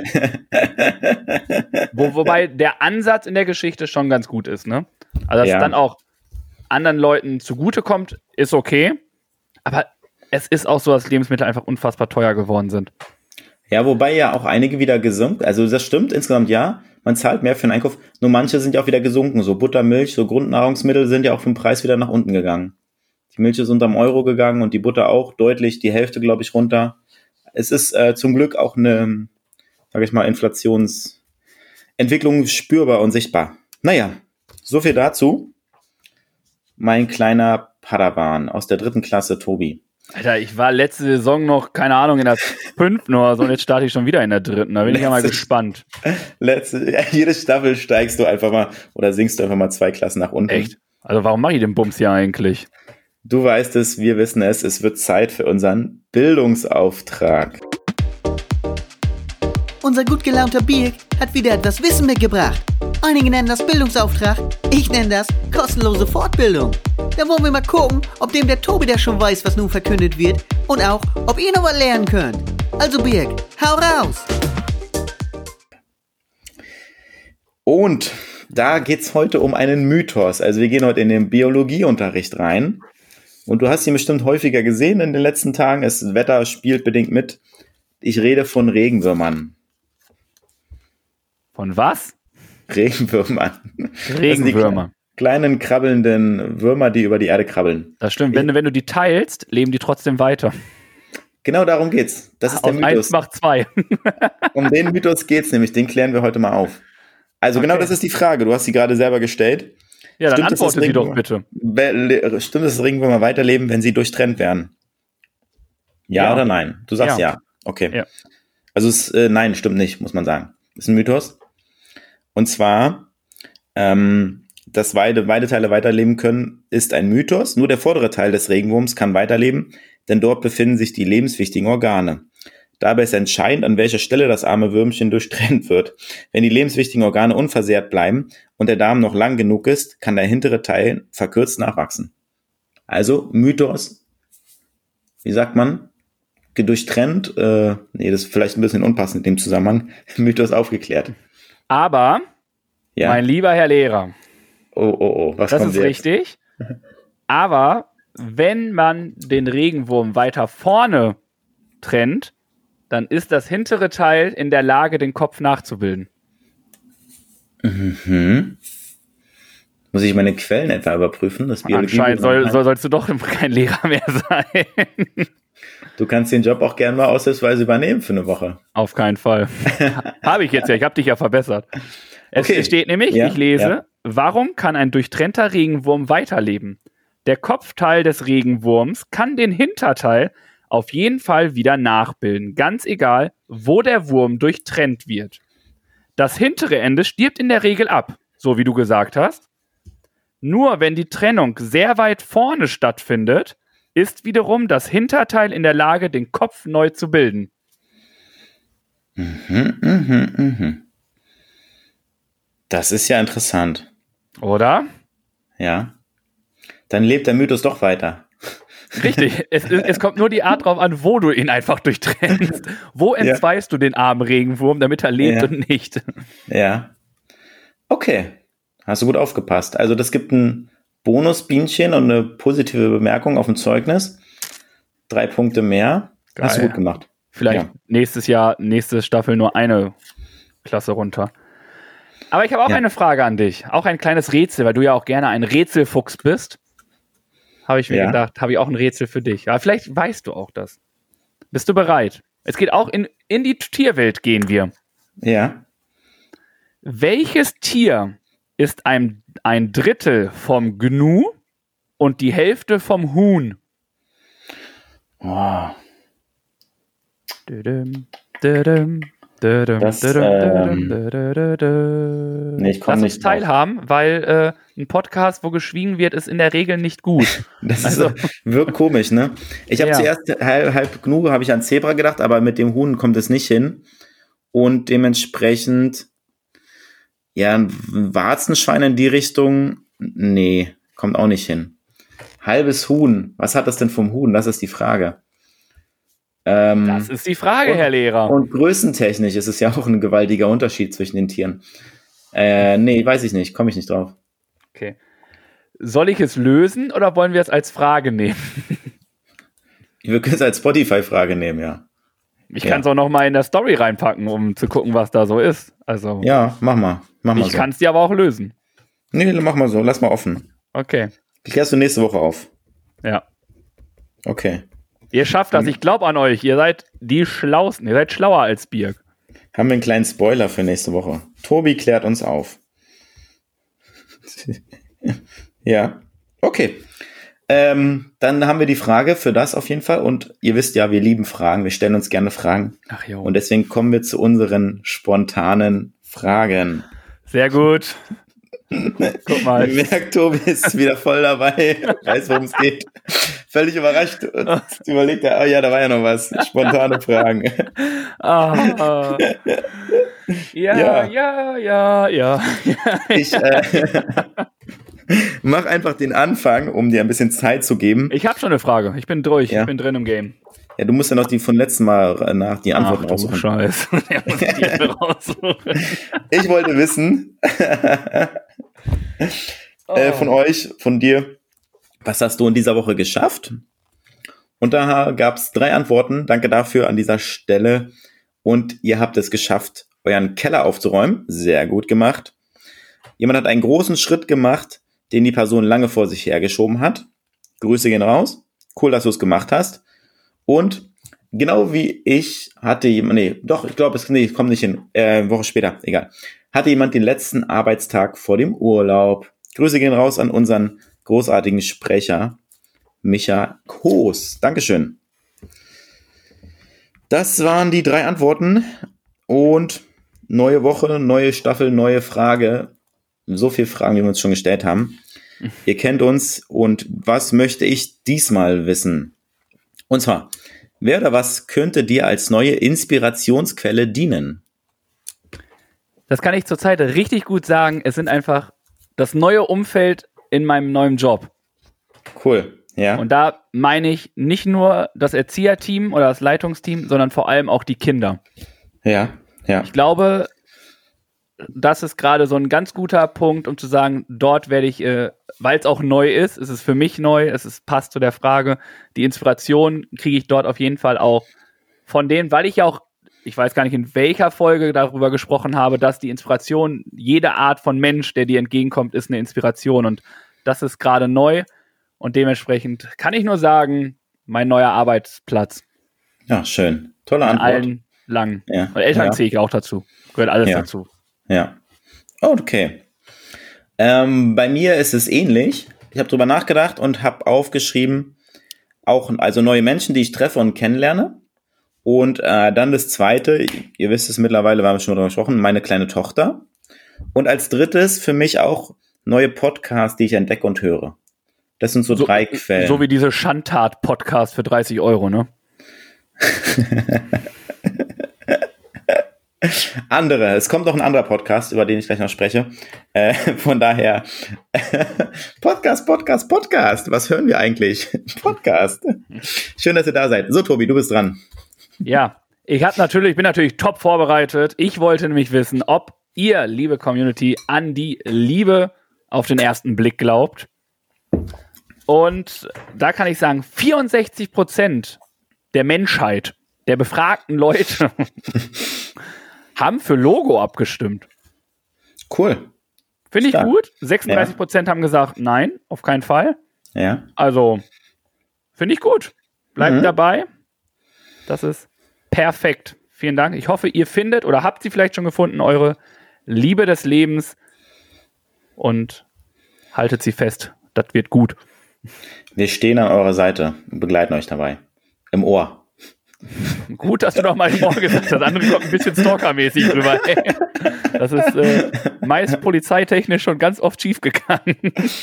Wobei der Ansatz in der Geschichte schon ganz gut ist, ne? Also, dass
Ja.
es dann auch anderen Leuten zugutekommt, ist okay. Aber es ist auch so, dass Lebensmittel einfach unfassbar teuer geworden sind.
Ja, wobei ja auch einige wieder gesunken. Also das stimmt insgesamt, ja. Man zahlt mehr für den Einkauf. Nur manche sind ja auch wieder gesunken. So Butter, Milch, so Grundnahrungsmittel sind ja auch vom Preis wieder nach unten gegangen. Die Milch ist unterm Euro gegangen und die Butter auch deutlich, die Hälfte, glaube ich, runter. Es ist zum Glück auch eine, sage ich mal, Inflationsentwicklung spürbar und sichtbar. Naja, so viel dazu. Mein kleiner Padawan aus der 3. Klasse, Tobi.
Alter, ich war letzte Saison noch, keine Ahnung, in der 5. oder so und jetzt starte ich schon wieder in der 3. Da bin ich ja mal gespannt.
Jede Staffel steigst du einfach mal oder sinkst du einfach mal 2 Klassen nach unten.
Echt? Also warum mache ich den Bums hier eigentlich?
Du weißt es, wir wissen es. Es wird Zeit für unseren Bildungsauftrag.
Unser gut gelaunter Birk hat wieder etwas Wissen mitgebracht. Einige nennen das Bildungsauftrag, ich nenne das kostenlose Fortbildung. Da wollen wir mal gucken, ob dem der Tobi der schon weiß, was nun verkündet wird und auch, ob ihr noch was lernen könnt. Also Birk, hau raus!
Und da geht's heute um einen Mythos. Also wir gehen heute in den Biologieunterricht rein. Und du hast ihn bestimmt häufiger gesehen in den letzten Tagen. Das Wetter spielt bedingt mit. Ich rede von Regenwürmern.
Von was?
Regenwürmern. Das sind die
Regenwürmer.
kleinen krabbelnden Würmer, die über die Erde krabbeln.
Das stimmt. Wenn du die teilst, leben die trotzdem weiter.
Genau darum geht's. Das ist der
Aus
Mythos.
1 macht 2.
Um den Mythos geht's nämlich. Den klären wir heute mal auf. Also genau das ist die Frage. Du hast sie gerade selber gestellt.
Ja, dann
Stimmt,
antworte sie doch bitte.
Stimmt es, dass Regenwürmer weiterleben, wenn sie durchtrennt werden? Ja oder nein? Du sagst ja. Okay.
Ja.
Also nein, stimmt nicht, muss man sagen. Ist ein Mythos. Und zwar, dass beide Teile weiterleben können, ist ein Mythos. Nur der vordere Teil des Regenwurms kann weiterleben, denn dort befinden sich die lebenswichtigen Organe. Dabei ist entscheidend, an welcher Stelle das arme Würmchen durchtrennt wird. Wenn die lebenswichtigen Organe unversehrt bleiben und der Darm noch lang genug ist, kann der hintere Teil verkürzt nachwachsen. Also Mythos, wie sagt man, durchtrennt, das ist vielleicht ein bisschen unpassend in dem Zusammenhang, Mythos aufgeklärt.
Aber, mein lieber Herr Lehrer,
was
das
kommt
ist
jetzt?
richtig, aber wenn man den Regenwurm weiter vorne trennt, dann ist das hintere Teil in der Lage, den Kopf nachzubilden.
Muss ich meine Quellen etwa überprüfen? Das
Anscheinend sollst du doch kein Lehrer mehr sein.
Du kannst den Job auch gerne mal aushilfsweise übernehmen für eine Woche.
Auf keinen Fall. Habe ich jetzt ja, ich habe dich ja verbessert. Es steht nämlich, ich lese, warum kann ein durchtrennter Regenwurm weiterleben? Der Kopfteil des Regenwurms kann den Hinterteil auf jeden Fall wieder nachbilden, ganz egal, wo der Wurm durchtrennt wird. Das hintere Ende stirbt in der Regel ab, so wie du gesagt hast. Nur wenn die Trennung sehr weit vorne stattfindet, ist wiederum das Hinterteil in der Lage, den Kopf neu zu bilden.
Das ist ja interessant.
Oder?
Ja. Dann lebt der Mythos doch weiter.
Richtig, es kommt nur die Art drauf an, wo du ihn einfach durchtrennst. Wo entzweist du den armen Regenwurm, damit er lebt und nicht?
Ja. Okay, hast du gut aufgepasst. Also das gibt ein Bonusbienchen und eine positive Bemerkung auf dem Zeugnis. 3 Punkte mehr. Geil. Hast du gut gemacht.
Vielleicht nächste Staffel nur eine Klasse runter. Aber ich habe auch eine Frage an dich. Auch ein kleines Rätsel, weil du ja auch gerne ein Rätselfuchs bist. Habe ich mir gedacht, habe ich auch ein Rätsel für dich. Aber vielleicht weißt du auch das. Bist du bereit? Es geht auch in die Tierwelt, gehen wir.
Ja.
Welches Tier ist ein Drittel vom Gnu und die Hälfte vom Huhn?
Oh. Ich
Lass uns teilhaben, weil ein Podcast, wo geschwiegen wird, ist in der Regel nicht gut.
Das wirkt komisch, ne? Ich habe zuerst halb Gnu, habe ich an Zebra gedacht, aber mit dem Huhn kommt es nicht hin. Und dementsprechend, ein Warzenschwein in die Richtung, nee, kommt auch nicht hin. Halbes Huhn, was hat das denn vom Huhn? Das ist die Frage.
Das ist die Frage, Herr Lehrer.
Und größentechnisch ist es ja auch ein gewaltiger Unterschied zwischen den Tieren. Nee, weiß ich nicht, komme ich nicht drauf.
Okay. Soll ich es lösen oder wollen wir es als Frage nehmen?
Wir können es als Spotify-Frage nehmen, ja.
Ich kann es auch noch mal in der Story reinpacken, um zu gucken, was da so ist. Also,
ja, mach mal. Ich
kann es dir aber auch lösen.
Nee, mach mal so, lass mal offen.
Okay.
Klärst du nächste Woche auf?
Ja.
Okay.
Ihr schafft das, ich glaube an euch. Ihr seid die Schlausten, ihr seid schlauer als Birk.
Haben wir einen kleinen Spoiler für nächste Woche. Tobi klärt uns auf. Ja, okay. Dann haben wir die Frage für das auf jeden Fall. Und ihr wisst ja, wir lieben Fragen. Wir stellen uns gerne Fragen.
Ach jo.
Und deswegen kommen wir zu unseren spontanen Fragen.
Sehr gut. Guck mal.
Ihr merkt, Tobi ist wieder voll dabei. Weiß, worum es geht. Völlig überrascht. Und überlegt er, da war ja noch was. Spontane Fragen.
Ja.
Ich mach einfach den Anfang, um dir ein bisschen Zeit zu geben.
Ich habe schon eine Frage. Ich bin durch. Ich bin drin im Game.
Ja, du musst ja noch die von letzten Mal nach die Antworten raussuchen.
Scheiße. Der muss die raussuchen.
Ich wollte wissen von euch, von dir, was hast du in dieser Woche geschafft? Und da gab es 3 Antworten. Danke dafür an dieser Stelle. Und ihr habt es geschafft, euren Keller aufzuräumen. Sehr gut gemacht. Jemand hat einen großen Schritt gemacht, den die Person lange vor sich hergeschoben hat. Grüße gehen raus. Cool, dass du es gemacht hast. Und genau wie ich hatte jemand, ich komme nicht hin, Woche später, egal. Hatte jemand den letzten Arbeitstag vor dem Urlaub. Grüße gehen raus an unseren großartigen Sprecher, Micha Koos. Dankeschön. Das waren die 3 Antworten und neue Woche, neue Staffel, neue Frage. So viele Fragen, wie wir uns schon gestellt haben. Ihr kennt uns und was möchte ich diesmal wissen? Und zwar, wer oder was könnte dir als neue Inspirationsquelle dienen?
Das kann ich zurzeit richtig gut sagen. Es sind einfach das neue Umfeld in meinem neuen Job.
Cool, ja.
Und da meine ich nicht nur das Erzieherteam oder das Leitungsteam, sondern vor allem auch die Kinder.
Ja.
Ich glaube, das ist gerade so ein ganz guter Punkt, um zu sagen, dort werde ich, weil es auch neu ist, es ist für mich neu, passt zu der Frage, die Inspiration kriege ich dort auf jeden Fall auch von denen, weil ich auch, ich weiß gar nicht, in welcher Folge darüber gesprochen habe, dass die Inspiration, jede Art von Mensch, der dir entgegenkommt, ist eine Inspiration und das ist gerade neu und dementsprechend kann ich nur sagen, mein neuer Arbeitsplatz.
Ja, schön. Tolle Antwort.
In allen Langen.
Ja.
Und Eltern zähle ich auch dazu. Gehört alles dazu.
Ja. Okay. Bei mir ist es ähnlich. Ich habe drüber nachgedacht und habe aufgeschrieben, also neue Menschen, die ich treffe und kennenlerne. Und dann das zweite, ihr wisst es mittlerweile, wir haben schon darüber gesprochen, meine kleine Tochter. Und als drittes für mich auch neue Podcasts, die ich entdecke und höre. Das sind so 3 Quellen.
So wie diese Schandtat-Podcast für 30 €, ne?
Es kommt noch ein anderer Podcast, über den ich gleich noch spreche. Von daher, Podcast. Was hören wir eigentlich? Podcast. Schön, dass ihr da seid. So, Tobi, du bist dran.
Ja, ich bin natürlich top vorbereitet. Ich wollte nämlich wissen, ob ihr, liebe Community, an die Liebe auf den ersten Blick glaubt. Und da kann ich sagen, 64% der Menschheit, der befragten Leute, haben für Logo abgestimmt.
Cool.
Finde ich gut. 36% haben gesagt, nein, auf keinen Fall.
Ja.
Also, finde ich gut. Bleibt dabei. Das ist perfekt. Vielen Dank. Ich hoffe, ihr findet oder habt sie vielleicht schon gefunden, eure Liebe des Lebens und haltet sie fest. Das wird gut.
Wir stehen an eurer Seite und begleiten euch dabei. Im Ohr.
Gut, dass du noch mal im Ohr gesagt hast. Das andere kommt ein bisschen stalkermäßig drüber. Das ist meist polizeitechnisch schon ganz oft schief gegangen.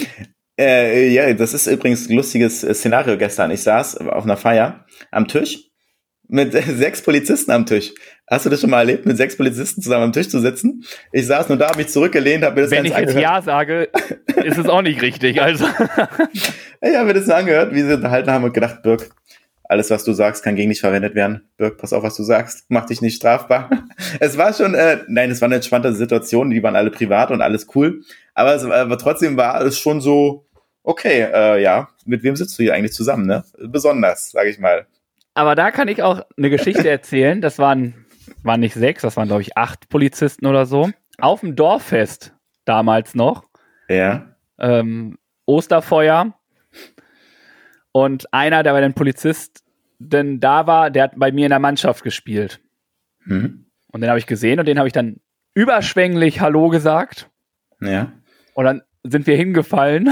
Ja, das ist übrigens ein lustiges Szenario gestern. Ich saß auf einer Feier am Tisch mit 6 Polizisten am Tisch. Hast du das schon mal erlebt, mit 6 Polizisten zusammen am Tisch zu sitzen? Ich saß nur da, habe mich zurückgelehnt, habe mir das
Wenn ich jetzt Ja sage, ist es auch nicht richtig. Also.
Ich habe mir das so angehört, wie sie unterhalten haben und gedacht, Birk, alles, was du sagst, kann gegen dich verwendet werden. Birk, pass auf, was du sagst. Mach dich nicht strafbar. Es war schon, es war eine entspannte Situation. Die waren alle privat und alles cool. Aber trotzdem war es schon so, okay, mit wem sitzt du hier eigentlich zusammen, ne? Besonders, sage ich mal.
Aber da kann ich auch eine Geschichte erzählen. Das waren nicht 6, das waren, glaube ich, 8 Polizisten oder so. Auf dem Dorffest damals noch.
Ja.
Osterfeuer. Und einer, der bei den Polizisten da war, der hat bei mir in der Mannschaft gespielt. Und den habe ich gesehen und den habe ich dann überschwänglich Hallo gesagt.
Ja.
Und dann sind wir hingefallen.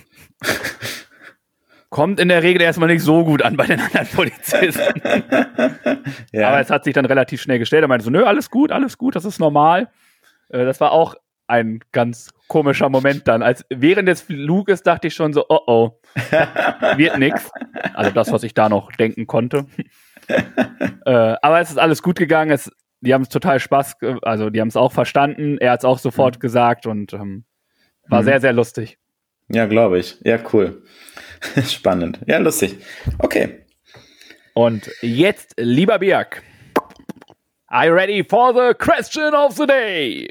Kommt in der Regel erstmal nicht so gut an bei den anderen Polizisten.
Ja.
Aber es hat sich dann relativ schnell gestellt. Er meinte so, nö, alles gut, das ist normal. Das war auch ein ganz komischer Moment dann. Während des Fluges dachte ich schon so, oh, wird nix. Also das, was ich da noch denken konnte. Aber es ist alles gut gegangen. Die haben es total Spaß, also die haben es auch verstanden. Er hat es auch sofort gesagt und war sehr, sehr lustig.
Ja, glaube ich. Ja, cool. Spannend. Ja, lustig. Okay.
Und jetzt, lieber Birk, are you ready for the question of the day?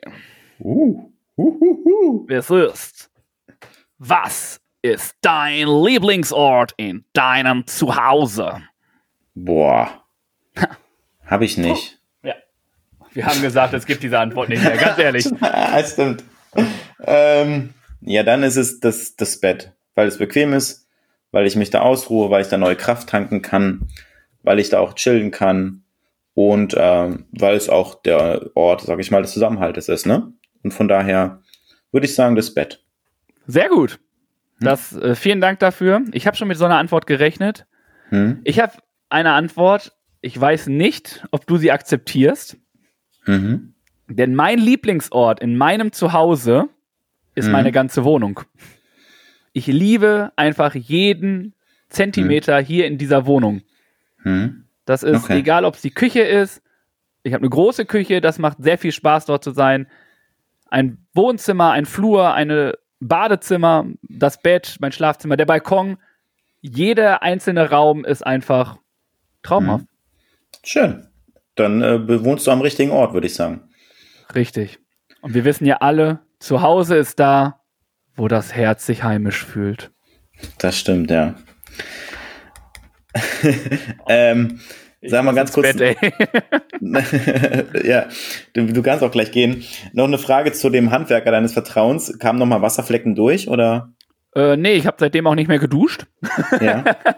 Es ist, was ist dein Lieblingsort in deinem Zuhause?
Boah. Habe ich nicht.
Ja. Wir haben gesagt, es gibt diese Antwort nicht mehr, ganz ehrlich.
Ja, stimmt. Ja, dann ist es das Bett, weil es bequem ist, weil ich mich da ausruhe, weil ich da neue Kraft tanken kann, weil ich da auch chillen kann und weil es auch der Ort, sag ich mal, des Zusammenhaltes ist, ne? Und von daher würde ich sagen, das Bett.
Sehr gut. Vielen Dank dafür. Ich habe schon mit so einer Antwort gerechnet. Ich habe eine Antwort. Ich weiß nicht, ob du sie akzeptierst. Denn mein Lieblingsort in meinem Zuhause ist meine ganze Wohnung. Ich liebe einfach jeden Zentimeter hier in dieser Wohnung. Das ist egal, ob es die Küche ist. Ich habe eine große Küche, das macht sehr viel Spaß, dort zu sein. Ein Wohnzimmer, ein Flur, eine Badezimmer, das Bett, mein Schlafzimmer, der Balkon. Jeder einzelne Raum ist einfach traumhaft.
Schön. Dann bewohnst du am richtigen Ort, würde ich sagen.
Richtig. Und wir wissen ja alle, zu Hause ist da, wo das Herz sich heimisch fühlt.
Das stimmt, ja. Sag mal ganz kurz.
Bett, ey.
Ja, du kannst auch gleich gehen. Noch eine Frage zu dem Handwerker deines Vertrauens. Kamen nochmal Wasserflecken durch, oder?
Nee, ich habe seitdem auch nicht mehr geduscht.
Ja.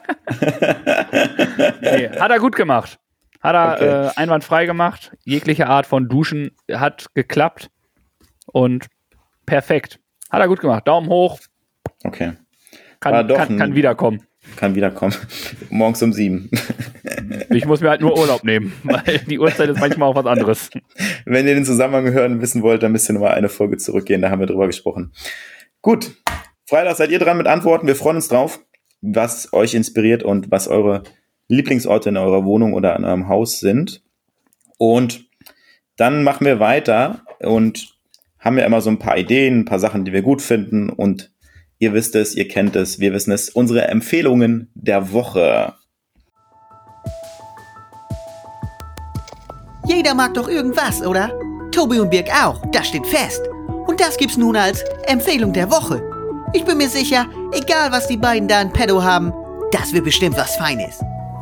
Nee, hat er gut gemacht. Hat er einwandfrei gemacht. Jegliche Art von Duschen hat geklappt. Und perfekt. Hat er gut gemacht. Daumen hoch.
Okay.
Kann wiederkommen.
Kann wiederkommen. Morgens um 7.
Ich muss mir halt nur Urlaub nehmen, weil die Uhrzeit ist manchmal auch was anderes.
Wenn ihr den Zusammenhang hören wissen wollt, dann müsst ihr nochmal eine Folge zurückgehen, da haben wir drüber gesprochen. Gut, Freitag seid ihr dran mit Antworten. Wir freuen uns drauf, was euch inspiriert und was eure Lieblingsorte in eurer Wohnung oder in eurem Haus sind. Und dann machen wir weiter und haben ja immer so ein paar Ideen, ein paar Sachen, die wir gut finden. Und ihr wisst es, ihr kennt es, wir wissen es. Unsere Empfehlungen der Woche.
Jeder mag doch irgendwas, oder? Tobi und Birk auch, das steht fest. Und das gibt's nun als Empfehlung der Woche. Ich bin mir sicher, egal was die beiden da in petto haben, das wird bestimmt was Feines.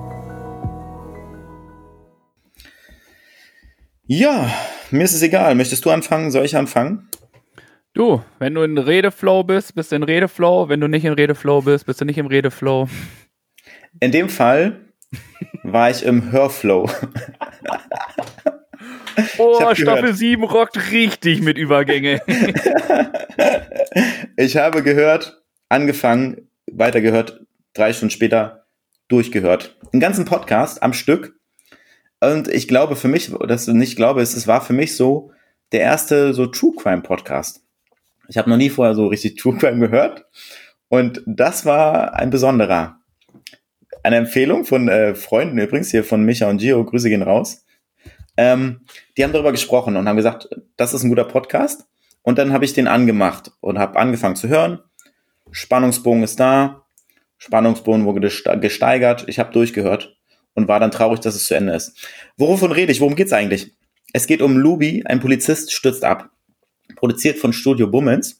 Ja, mir ist es egal. Möchtest du anfangen? Soll ich anfangen?
Du, wenn du in Redeflow bist, bist du in Redeflow. Wenn du nicht in Redeflow bist, bist du nicht im Redeflow.
In dem Fall war ich im Hörflow.
Oh, Staffel 7 rockt richtig mit Übergänge.
Ich habe gehört, angefangen, weitergehört, 3 Stunden später durchgehört. Einen ganzen Podcast am Stück. Und ich glaube für mich, dass du nicht glaubst, es war für mich so der erste so True Crime Podcast. Ich habe noch nie vorher so richtig True Crime gehört. Und das war ein besonderer. Eine Empfehlung von Freunden übrigens, hier von Micha und Gio, Grüße gehen raus. Die haben darüber gesprochen und haben gesagt, das ist ein guter Podcast. Und dann habe ich den angemacht und habe angefangen zu hören. Spannungsbogen ist da. Spannungsbogen wurde gesteigert. Ich habe durchgehört und war dann traurig, dass es zu Ende ist. Wovon rede ich? Worum geht's eigentlich? Es geht um Lubi, ein Polizist stürzt ab. Produziert von Studio Bummens,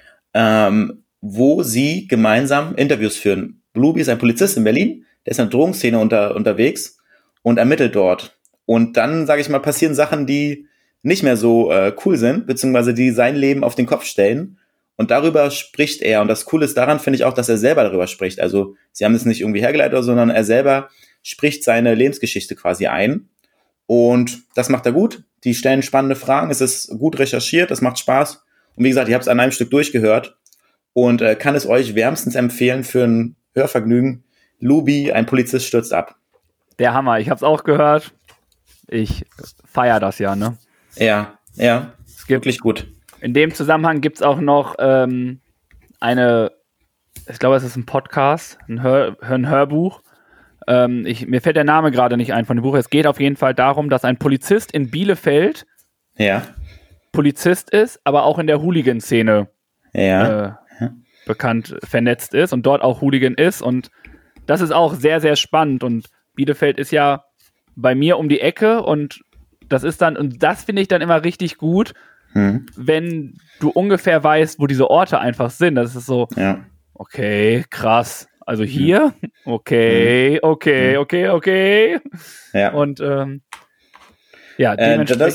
wo sie gemeinsam Interviews führen. Lubi ist ein Polizist in Berlin, der ist in der Drogenszene unterwegs und ermittelt dort. Und dann, sage ich mal, passieren Sachen, die nicht mehr so cool sind, beziehungsweise die sein Leben auf den Kopf stellen. Und darüber spricht er. Und das Coole ist daran, finde ich auch, dass er selber darüber spricht. Also sie haben es nicht irgendwie hergeleitet, sondern er selber spricht seine Lebensgeschichte quasi ein. Und das macht er gut. Die stellen spannende Fragen. Es ist gut recherchiert. Es macht Spaß. Und wie gesagt, ich habe es an einem Stück durchgehört und kann es euch wärmstens empfehlen für ein Hörvergnügen. Lubi, ein Polizist stürzt ab.
Der Hammer. Ich habe es auch gehört. Ich feiere das ja, ne?
Ja, wirklich gut.
In dem Zusammenhang gibt es auch noch ich glaube, es ist ein Podcast, ein Hörbuch. Mir fällt der Name gerade nicht ein von dem Buch. Es geht auf jeden Fall darum, dass ein Polizist in Bielefeld Polizist ist, aber auch in der Hooligan-Szene bekannt, vernetzt ist und dort auch Hooligan ist. Und das ist auch sehr, sehr spannend. Und Bielefeld ist ja bei mir um die Ecke und das finde ich dann immer richtig gut, wenn du ungefähr weißt, wo diese Orte einfach sind. Das ist so, okay, krass. Also hier, okay.
Ja.
Und dementsprechend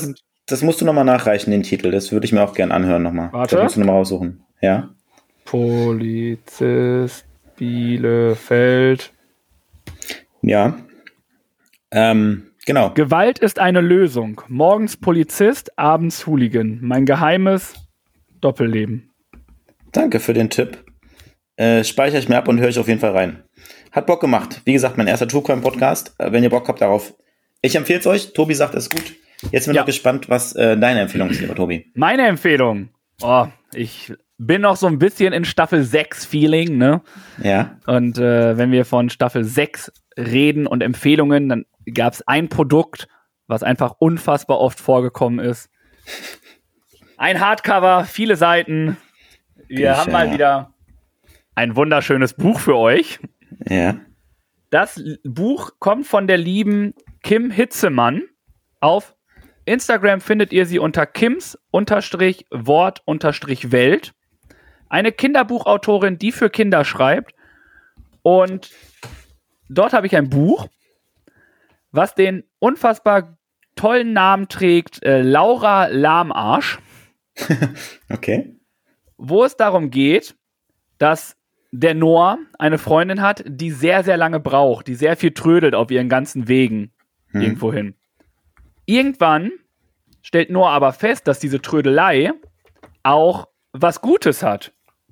Das musst du nochmal nachreichen, den Titel. Das würde ich mir auch gern anhören nochmal.
Warte.
Das musst du nochmal raussuchen. Ja.
Polizist Bielefeld.
Ja. Genau.
Gewalt ist eine Lösung. Morgens Polizist, abends Hooligan. Mein geheimes Doppelleben.
Danke für den Tipp. Speichere ich mir ab und höre ich auf jeden Fall rein. Hat Bock gemacht. Wie gesagt, mein erster True Crime Podcast. Wenn ihr Bock habt darauf. Ich empfehle es euch. Tobi sagt, es ist gut. Jetzt bin ich noch gespannt, was deine Empfehlung ist, lieber Tobi.
Meine Empfehlung. Oh, ich bin noch so ein bisschen in Staffel 6 Feeling, ne?
Ja.
Und wenn wir von Staffel 6 reden und Empfehlungen, dann gab es ein Produkt, was einfach unfassbar oft vorgekommen ist. Ein Hardcover, viele Seiten. Wir haben mal wieder ein wunderschönes Buch für euch.
Ja.
Das Buch kommt von der lieben Kim Hitzemann. Auf Instagram findet ihr sie unter Kims_Wort_Welt. Eine Kinderbuchautorin, die für Kinder schreibt. Und dort habe ich ein Buch, was den unfassbar tollen Namen trägt, Laura Lahmarsch.
Okay.
Wo es darum geht, dass der Noah eine Freundin hat, die sehr, sehr lange braucht, die sehr viel trödelt auf ihren ganzen Wegen irgendwo hin. Irgendwann stellt Noah aber fest, dass diese Trödelei auch was Gutes hat.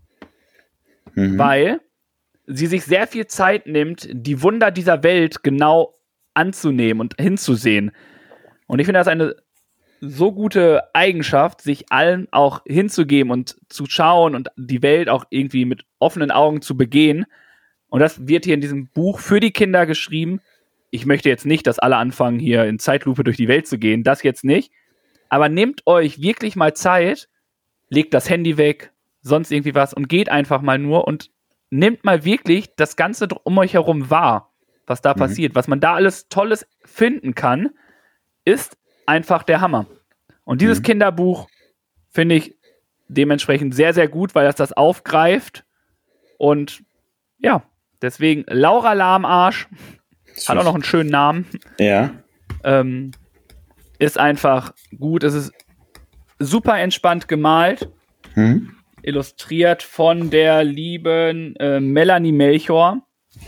Weil sie sich sehr viel Zeit nimmt, die Wunder dieser Welt genau anzunehmen und hinzusehen. Und ich finde das eine so gute Eigenschaft, sich allen auch hinzugeben und zu schauen und die Welt auch irgendwie mit offenen Augen zu begehen. Und das wird hier in diesem Buch für die Kinder geschrieben. Ich möchte jetzt nicht, dass alle anfangen, hier in Zeitlupe durch die Welt zu gehen. Das jetzt nicht. Aber nehmt euch wirklich mal Zeit, legt das Handy weg, sonst irgendwie was und geht einfach mal nur und nehmt mal wirklich das Ganze um euch herum wahr, was da passiert. Was man da alles Tolles finden kann, ist einfach der Hammer. Und dieses Kinderbuch finde ich dementsprechend sehr, sehr gut, weil das aufgreift. Und ja, deswegen Laura Lahmarsch, hat auch noch einen schönen Namen.
Ja.
Ist einfach gut. Es ist super entspannt gemalt. Illustriert von der lieben Melanie Melchior.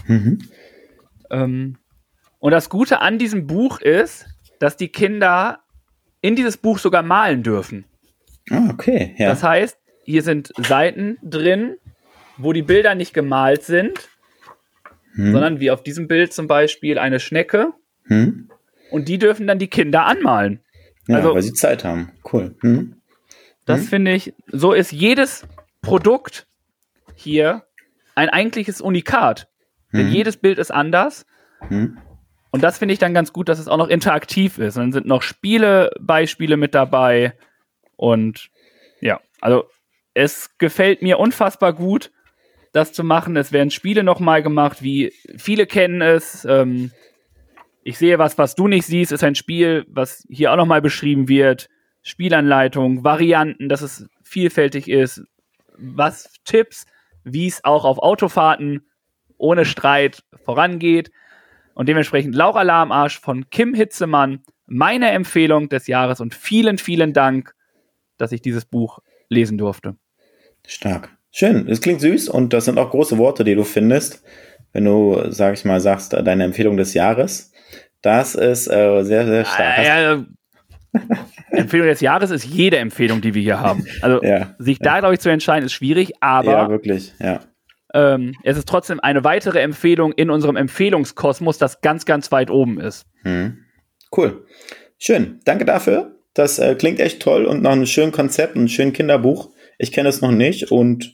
Und das Gute an diesem Buch ist, dass die Kinder in dieses Buch sogar malen dürfen.
Ah, okay. Ja.
Das heißt, hier sind Seiten drin, wo die Bilder nicht gemalt sind, sondern wie auf diesem Bild zum Beispiel eine Schnecke. Und die dürfen dann die Kinder anmalen.
Ja,
also,
weil sie Zeit haben. Cool.
Das finde ich, so ist jedes Produkt hier ein eigentliches Unikat. Denn jedes Bild ist anders. Und das finde ich dann ganz gut, dass es auch noch interaktiv ist. Und dann sind noch Spielebeispiele mit dabei. Und ja, also es gefällt mir unfassbar gut, das zu machen. Es werden Spiele nochmal gemacht, wie viele kennen es. Ich sehe was du nicht siehst, ist ein Spiel, was hier auch nochmal beschrieben wird. Spielanleitung, Varianten, dass es vielfältig ist. Was Tipps, wie es auch auf Autofahrten ohne Streit vorangeht. Und dementsprechend Laura Lahmarsch von Kim Hitzemann, meine Empfehlung des Jahres und vielen, vielen Dank, dass ich dieses Buch lesen durfte.
Stark. Schön. Es klingt süß und das sind auch große Worte, die du findest, wenn du, sag ich mal, sagst, deine Empfehlung des Jahres. Das ist sehr, sehr stark.
Empfehlung des Jahres ist jede Empfehlung, die wir hier haben. Also sich da, glaube ich, zu entscheiden, ist schwierig, aber
ja, wirklich, ja.
Es ist trotzdem eine weitere Empfehlung in unserem Empfehlungskosmos, das ganz, ganz weit oben ist.
Cool. Schön. Danke dafür. Das klingt echt toll und noch ein schönes Konzept, ein schönes Kinderbuch. Ich kenne es noch nicht und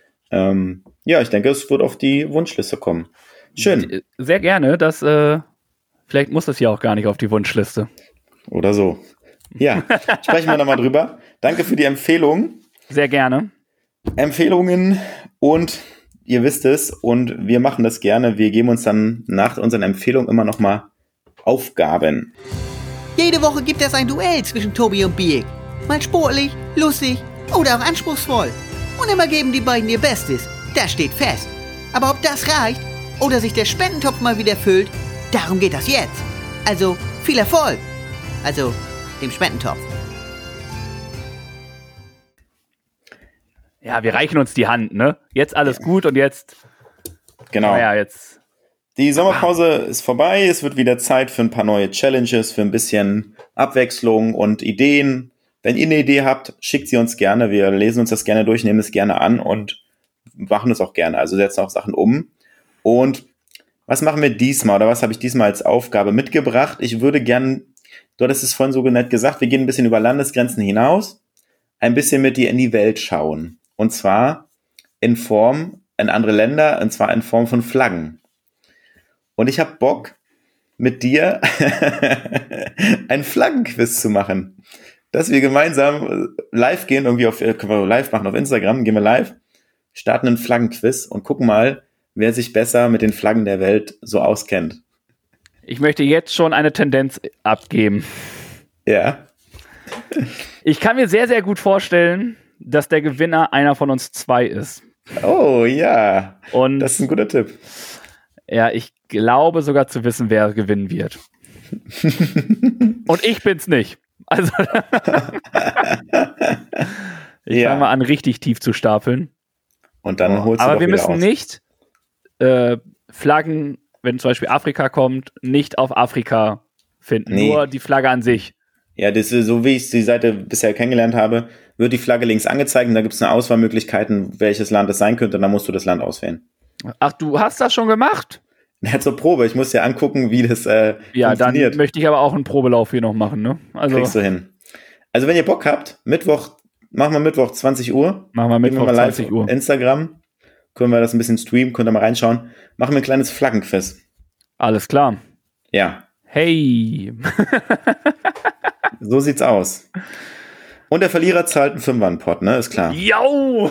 ich denke, es wird auf die Wunschliste kommen. Schön.
Sehr gerne. Vielleicht muss es ja auch gar nicht auf die Wunschliste.
Oder so. Ja, sprechen wir nochmal drüber. Danke für die Empfehlung.
Sehr gerne.
Empfehlungen und ihr wisst es und wir machen das gerne. Wir geben uns dann nach unseren Empfehlungen immer nochmal Aufgaben.
Jede Woche gibt es ein Duell zwischen Tobi und Biek. Mal sportlich, lustig oder auch anspruchsvoll. Und immer geben die beiden ihr Bestes. Das steht fest. Aber ob das reicht oder sich der Spendentopf mal wieder füllt, darum geht das jetzt. Also viel Erfolg. Also dem Spendentopf.
Ja, wir reichen uns die Hand, ne? Jetzt alles gut und jetzt.
Genau.
Naja, jetzt.
Die Sommerpause ist vorbei. Es wird wieder Zeit für ein paar neue Challenges, für ein bisschen Abwechslung und Ideen. Wenn ihr eine Idee habt, schickt sie uns gerne. Wir lesen uns das gerne durch, nehmen es gerne an und machen es auch gerne. Also setzen auch Sachen um. Und was machen wir diesmal oder was habe ich diesmal als Aufgabe mitgebracht? Ich würde gern, du hattest es vorhin so nett gesagt, wir gehen ein bisschen über Landesgrenzen hinaus, ein bisschen mit dir in die Welt schauen. Und zwar in andere Länder, und zwar in Form von Flaggen. Und ich habe Bock, mit dir ein Flaggenquiz zu machen. Dass wir gemeinsam live gehen, können wir live machen auf Instagram, gehen wir live, starten einen Flaggenquiz und gucken mal, wer sich besser mit den Flaggen der Welt so auskennt.
Ich möchte jetzt schon eine Tendenz abgeben.
Ja.
Ich kann mir sehr, sehr gut vorstellen, dass der Gewinner einer von uns zwei ist.
Oh ja,
Und
das ist ein guter Tipp.
ja, ich glaube sogar zu wissen, wer gewinnen wird. Und ich bin's nicht. Also ich fange mal an, richtig tief zu stapeln.
Und dann holst du
aber
doch
wir
wieder
müssen
aus.
nicht Flaggen, wenn zum Beispiel Afrika kommt, nicht auf Afrika finden.
Nee.
Nur die Flagge an sich.
Ja, das ist, so wie ich die Seite bisher kennengelernt habe, wird die Flagge links angezeigt und da gibt es eine Auswahlmöglichkeiten, welches Land es sein könnte, und dann musst du das Land auswählen.
Ach, du hast das schon gemacht?
Ja, zur Probe, ich muss dir angucken, wie das
Ja, dann
funktioniert.
möchte ich aber auch einen Probelauf hier noch machen, ne? Also
Kriegst du hin. Also wenn ihr Bock habt, machen wir Mittwoch 20 Uhr.
machen wir
Gehen
Mittwoch
wir mal live
20 Uhr.
Instagram. Können wir das ein bisschen streamen, könnt ihr mal reinschauen. Machen wir ein kleines Flaggenquiz.
Alles klar.
Ja,
Hey.
so sieht's aus. Und der Verlierer zahlt einen Fünfer-Pot, ne? Ist klar.
Jau!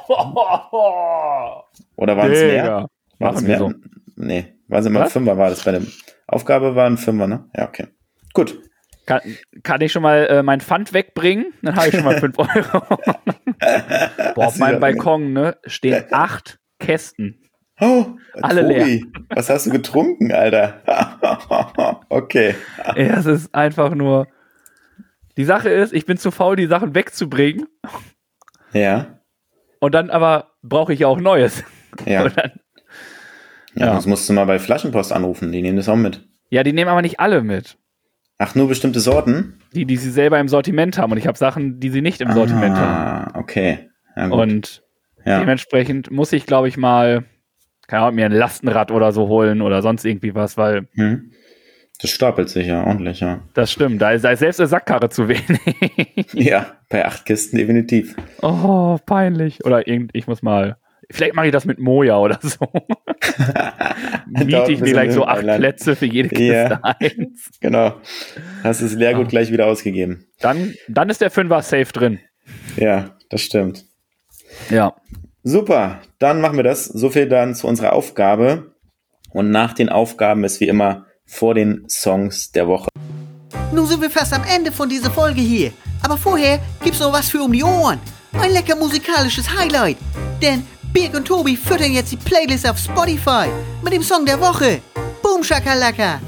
Oder waren es mehr?
Digga.
Waren es
Machen wir
mehr?
so.
Nee, war es immer ein
Was?
Fünfer, war das bei der Aufgabe, war ein Fünfer, ne? Ja, okay. Gut.
Kann ich schon mal mein Pfand wegbringen? Dann habe ich schon mal 5 Euro. Boah, auf meinem Balkon, ne, stehen 8 Kästen.
Oh,
Alle
Tobi, was hast du getrunken, Alter? Okay.
Es ist einfach nur. Die Sache ist, ich bin zu faul, die Sachen wegzubringen.
Ja,
Und dann aber brauche ich ja auch Neues.
ja.
Und dann,
Ja, sonst musst du mal bei Flaschenpost anrufen, die nehmen das auch mit.
ja, die nehmen aber nicht alle mit.
Ach, nur bestimmte Sorten?
Die sie selber im Sortiment haben. Und ich habe Sachen, die sie nicht im Sortiment haben.
Okay. Ja, gut.
Und
ja.
dementsprechend muss ich, glaube ich, mal, keine Ahnung, mir ein Lastenrad oder so holen oder sonst irgendwie was, weil
Das stapelt sich ja ordentlich, ja.
das stimmt, da ist selbst eine Sackkarre zu wenig.
Ja, bei 8 Kisten definitiv.
Oh, peinlich. Oder ich muss mal, vielleicht mache ich das mit Moja oder so. Miete ich mir gleich so 8 Plätze für jede Kiste
Ja.
eins.
Genau. Hast das Leergut gleich wieder ausgegeben.
Dann ist der Fünfer safe drin.
Ja, das stimmt.
Ja.
Super, dann machen wir das. So viel dann zu unserer Aufgabe. Und nach den Aufgaben ist wie immer vor den Songs der Woche.
Nun sind wir fast am Ende von dieser Folge hier. Aber vorher gibt's noch was für um die Ohren. Ein lecker musikalisches Highlight. Denn Birg und Tobi füttern jetzt die Playlist auf Spotify mit dem Song der Woche. Boom Shakalaka.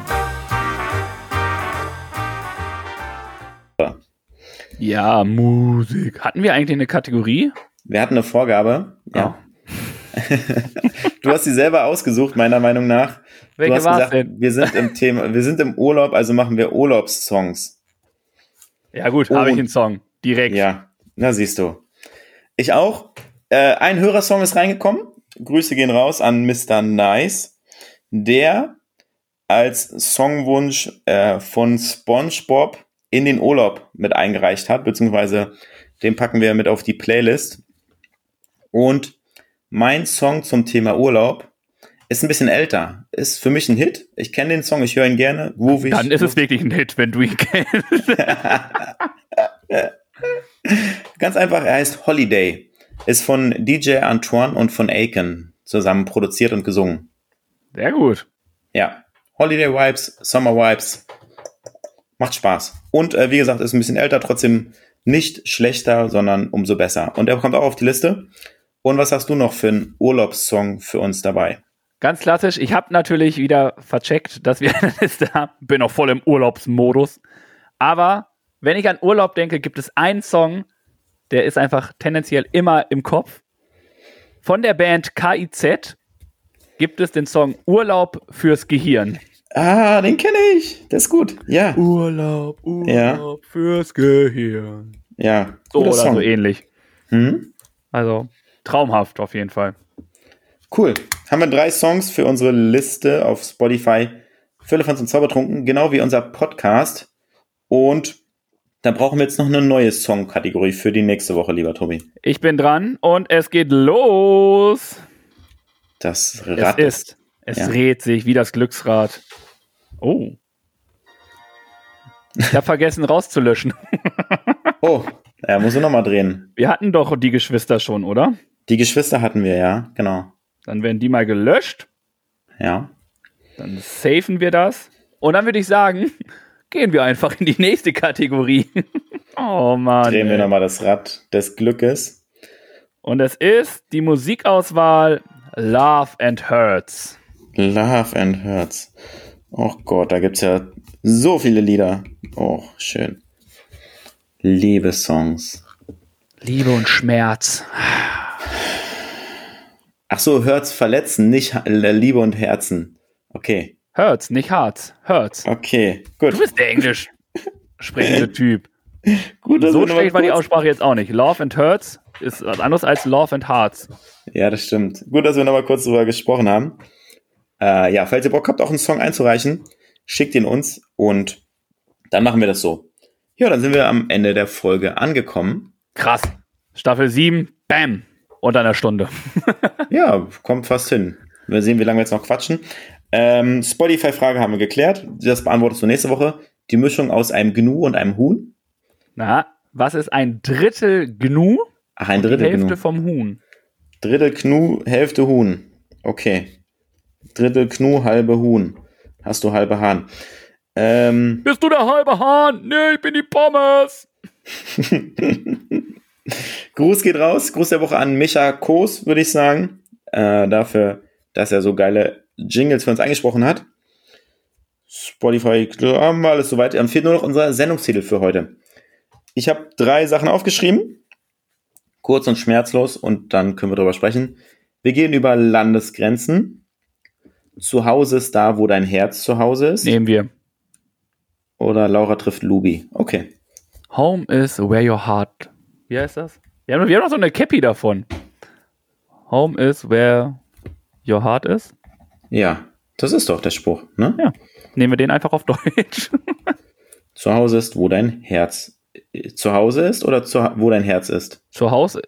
Ja, Musik. Hatten wir eigentlich eine Kategorie?
Wir hatten eine Vorgabe. Ja.
Oh.
Du hast sie selber ausgesucht, meiner Meinung nach.
Welche
Du hast
war's
gesagt,
denn?
wir sind im Urlaub, also machen wir Urlaubssongs.
Ja gut,
Oh.
habe ich einen Song. Direkt.
Ja, na siehst du. Ich auch. Ein Hörersong ist reingekommen. Grüße gehen raus an Mr. Nice, der als Songwunsch von SpongeBob in den Urlaub mit eingereicht hat, beziehungsweise den packen wir mit auf die Playlist. Und mein Song zum Thema Urlaub ist ein bisschen älter. Ist für mich ein Hit. Ich kenne den Song, ich höre ihn gerne.
Dann ist es wirklich ein Hit, wenn du ihn kennst.
Ganz einfach, er heißt Holiday. Ist von DJ Antoine und von Aiken zusammen produziert und gesungen.
Sehr gut.
Ja, Holiday Vibes, Summer Vibes. Macht Spaß. Und wie gesagt, ist ein bisschen älter, trotzdem nicht schlechter, sondern umso besser. Und er kommt auch auf die Liste. Und was hast du noch für einen Urlaubssong für uns dabei?
Ganz klassisch. Ich habe natürlich wieder vercheckt, dass wir eine Liste haben. Bin auch voll im Urlaubsmodus. Aber wenn ich an Urlaub denke, gibt es einen Song, der ist einfach tendenziell immer im Kopf. Von der Band KIZ gibt es den Song Urlaub fürs Gehirn.
Ah, den kenne ich. Der ist gut. Ja.
Urlaub fürs Gehirn.
Ja.
So oder
Song.
so ähnlich.
Hm?
Also traumhaft auf jeden Fall.
Cool. Haben wir 3 Songs für unsere Liste auf Spotify. Firlefanz und Zaubertrunken, genau wie unser Podcast. Und da brauchen wir jetzt noch eine neue Songkategorie für die nächste Woche, lieber Tobi.
Ich bin dran und es geht los.
Das Rad
Es dreht sich wie das Glücksrad. Oh. Ich habe vergessen rauszulöschen.
Oh, ja, muss ich nochmal drehen.
Wir hatten doch die Geschwister schon, oder?
Die Geschwister hatten wir, ja, genau.
Dann werden die mal gelöscht.
Ja.
Dann safen wir das. Und dann würde ich sagen, gehen wir einfach in die nächste Kategorie. Oh Mann.
Drehen wir nochmal das Rad des Glückes.
Und es ist die Musikauswahl Love and Hurts.
Love and Hurts. Oh Gott, da gibt's ja so viele Lieder. Oh, schön. Liebessongs.
Liebe und Schmerz.
Ach so, Hurts verletzen, nicht Liebe und Herzen. Okay.
Hurts, nicht Hearts. Hurts.
Okay, gut.
Du bist der englisch sprechende Typ.
Gut,
So schlecht war die Aussprache jetzt auch nicht. Love and Hurts ist was anderes als Love and Hearts.
Ja, das stimmt. Gut, dass wir nochmal kurz drüber gesprochen haben. Ja, falls ihr Bock habt, auch einen Song einzureichen, schickt ihn uns und dann machen wir das so. Ja, dann sind wir am Ende der Folge angekommen.
Krass. Staffel 7, bam. Unter einer Stunde.
Ja, kommt fast hin. Wir sehen, wie lange wir jetzt noch quatschen. Spotify-Frage haben wir geklärt. Das beantwortest du nächste Woche. Die Mischung aus einem Gnu und einem Huhn.
Na, was ist ein Drittel Gnu?
Ach, ein Drittel
Die Hälfte
Gnu.
vom Huhn.
Drittel Gnu, Hälfte Huhn. Okay. Drittel Gnu, halbe Huhn. Hast du halbe Hahn.
Bist du der halbe Hahn? Nee, ich bin die Pommes.
Gruß geht raus. Gruß der Woche an Micha Koos, würde ich sagen. Dafür, dass er so geile Jingles für uns eingesprochen hat. Spotify, haben wir alles soweit. Fehlt nur noch unser Sendungstitel für heute. Ich habe 3 Sachen aufgeschrieben. Kurz und schmerzlos und dann können wir darüber sprechen. Wir gehen über Landesgrenzen. Zu Hause ist da, wo dein Herz zu Hause ist.
Nehmen wir.
Oder Laura trifft Lubi. Okay.
Home is where your heart. Wie heißt das? Wir haben noch so eine Cappy davon. Home is where your heart is.
Ja, das ist doch der Spruch, ne?
Ja. Nehmen wir den einfach auf Deutsch.
Zu Hause ist, wo dein Herz zu Hause ist oder wo dein Herz ist?
Zu Hause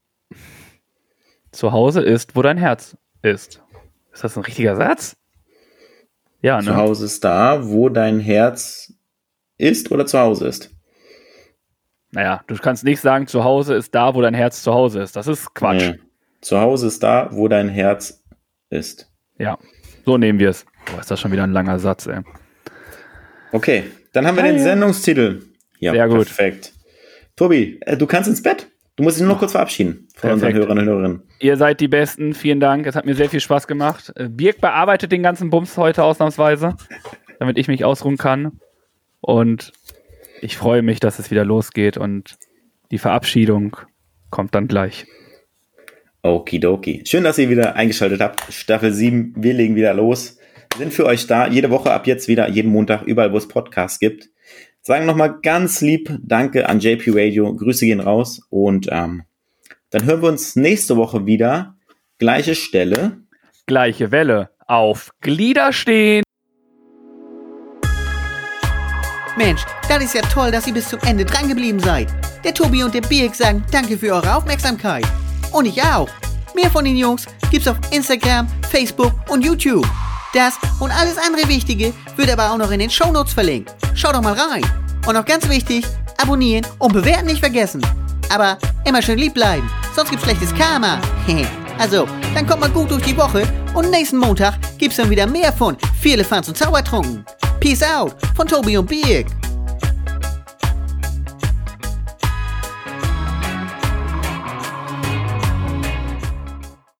ist, wo dein Herz ist. Ist das ein richtiger Satz? Ja, ne?
Zu Hause ist da, wo dein Herz ist oder zu Hause ist.
Naja, du kannst nicht sagen, zu Hause ist da, wo dein Herz zu Hause ist. Das ist Quatsch.
Nee. Zu Hause ist da, wo dein Herz ist.
Ja, so nehmen wir es. Boah, ist das schon wieder ein langer Satz, ey.
Okay, dann haben wir den Sendungstitel. Ja,
sehr gut.
Perfekt. Tobi, du kannst ins Bett. Du musst dich nur noch kurz verabschieden von unseren Hörerinnen und Hörern.
Ihr seid die Besten. Vielen Dank. Es hat mir sehr viel Spaß gemacht. Birk bearbeitet den ganzen Bums heute ausnahmsweise, damit ich mich ausruhen kann. Und ich freue mich, dass es wieder losgeht und die Verabschiedung kommt dann gleich.
Okidoki. Schön, dass ihr wieder eingeschaltet habt. Staffel 7, wir legen wieder los. Sind für euch da, jede Woche ab jetzt wieder, jeden Montag, überall, wo es Podcasts gibt. Sagen nochmal ganz lieb Danke an JP Radio. Grüße gehen raus. Und dann hören wir uns nächste Woche wieder. Gleiche Stelle.
Gleiche Welle. Auf Glieder stehen.
Mensch, das ist ja toll, dass ihr bis zum Ende dran geblieben seid. Der Tobi und der Birk sagen danke für eure Aufmerksamkeit. Und ich auch. Mehr von den Jungs gibt's auf Instagram, Facebook und YouTube. Das und alles andere Wichtige wird aber auch noch in den Shownotes verlinkt. Schaut doch mal rein. Und noch ganz wichtig, abonnieren und bewerten nicht vergessen. Aber immer schön lieb bleiben, sonst gibt's schlechtes Karma. Also, dann kommt mal gut durch die Woche und nächsten Montag gibt's dann wieder mehr von Firlefanz und Zaubertrunken. Peace out von Tobi und Birk.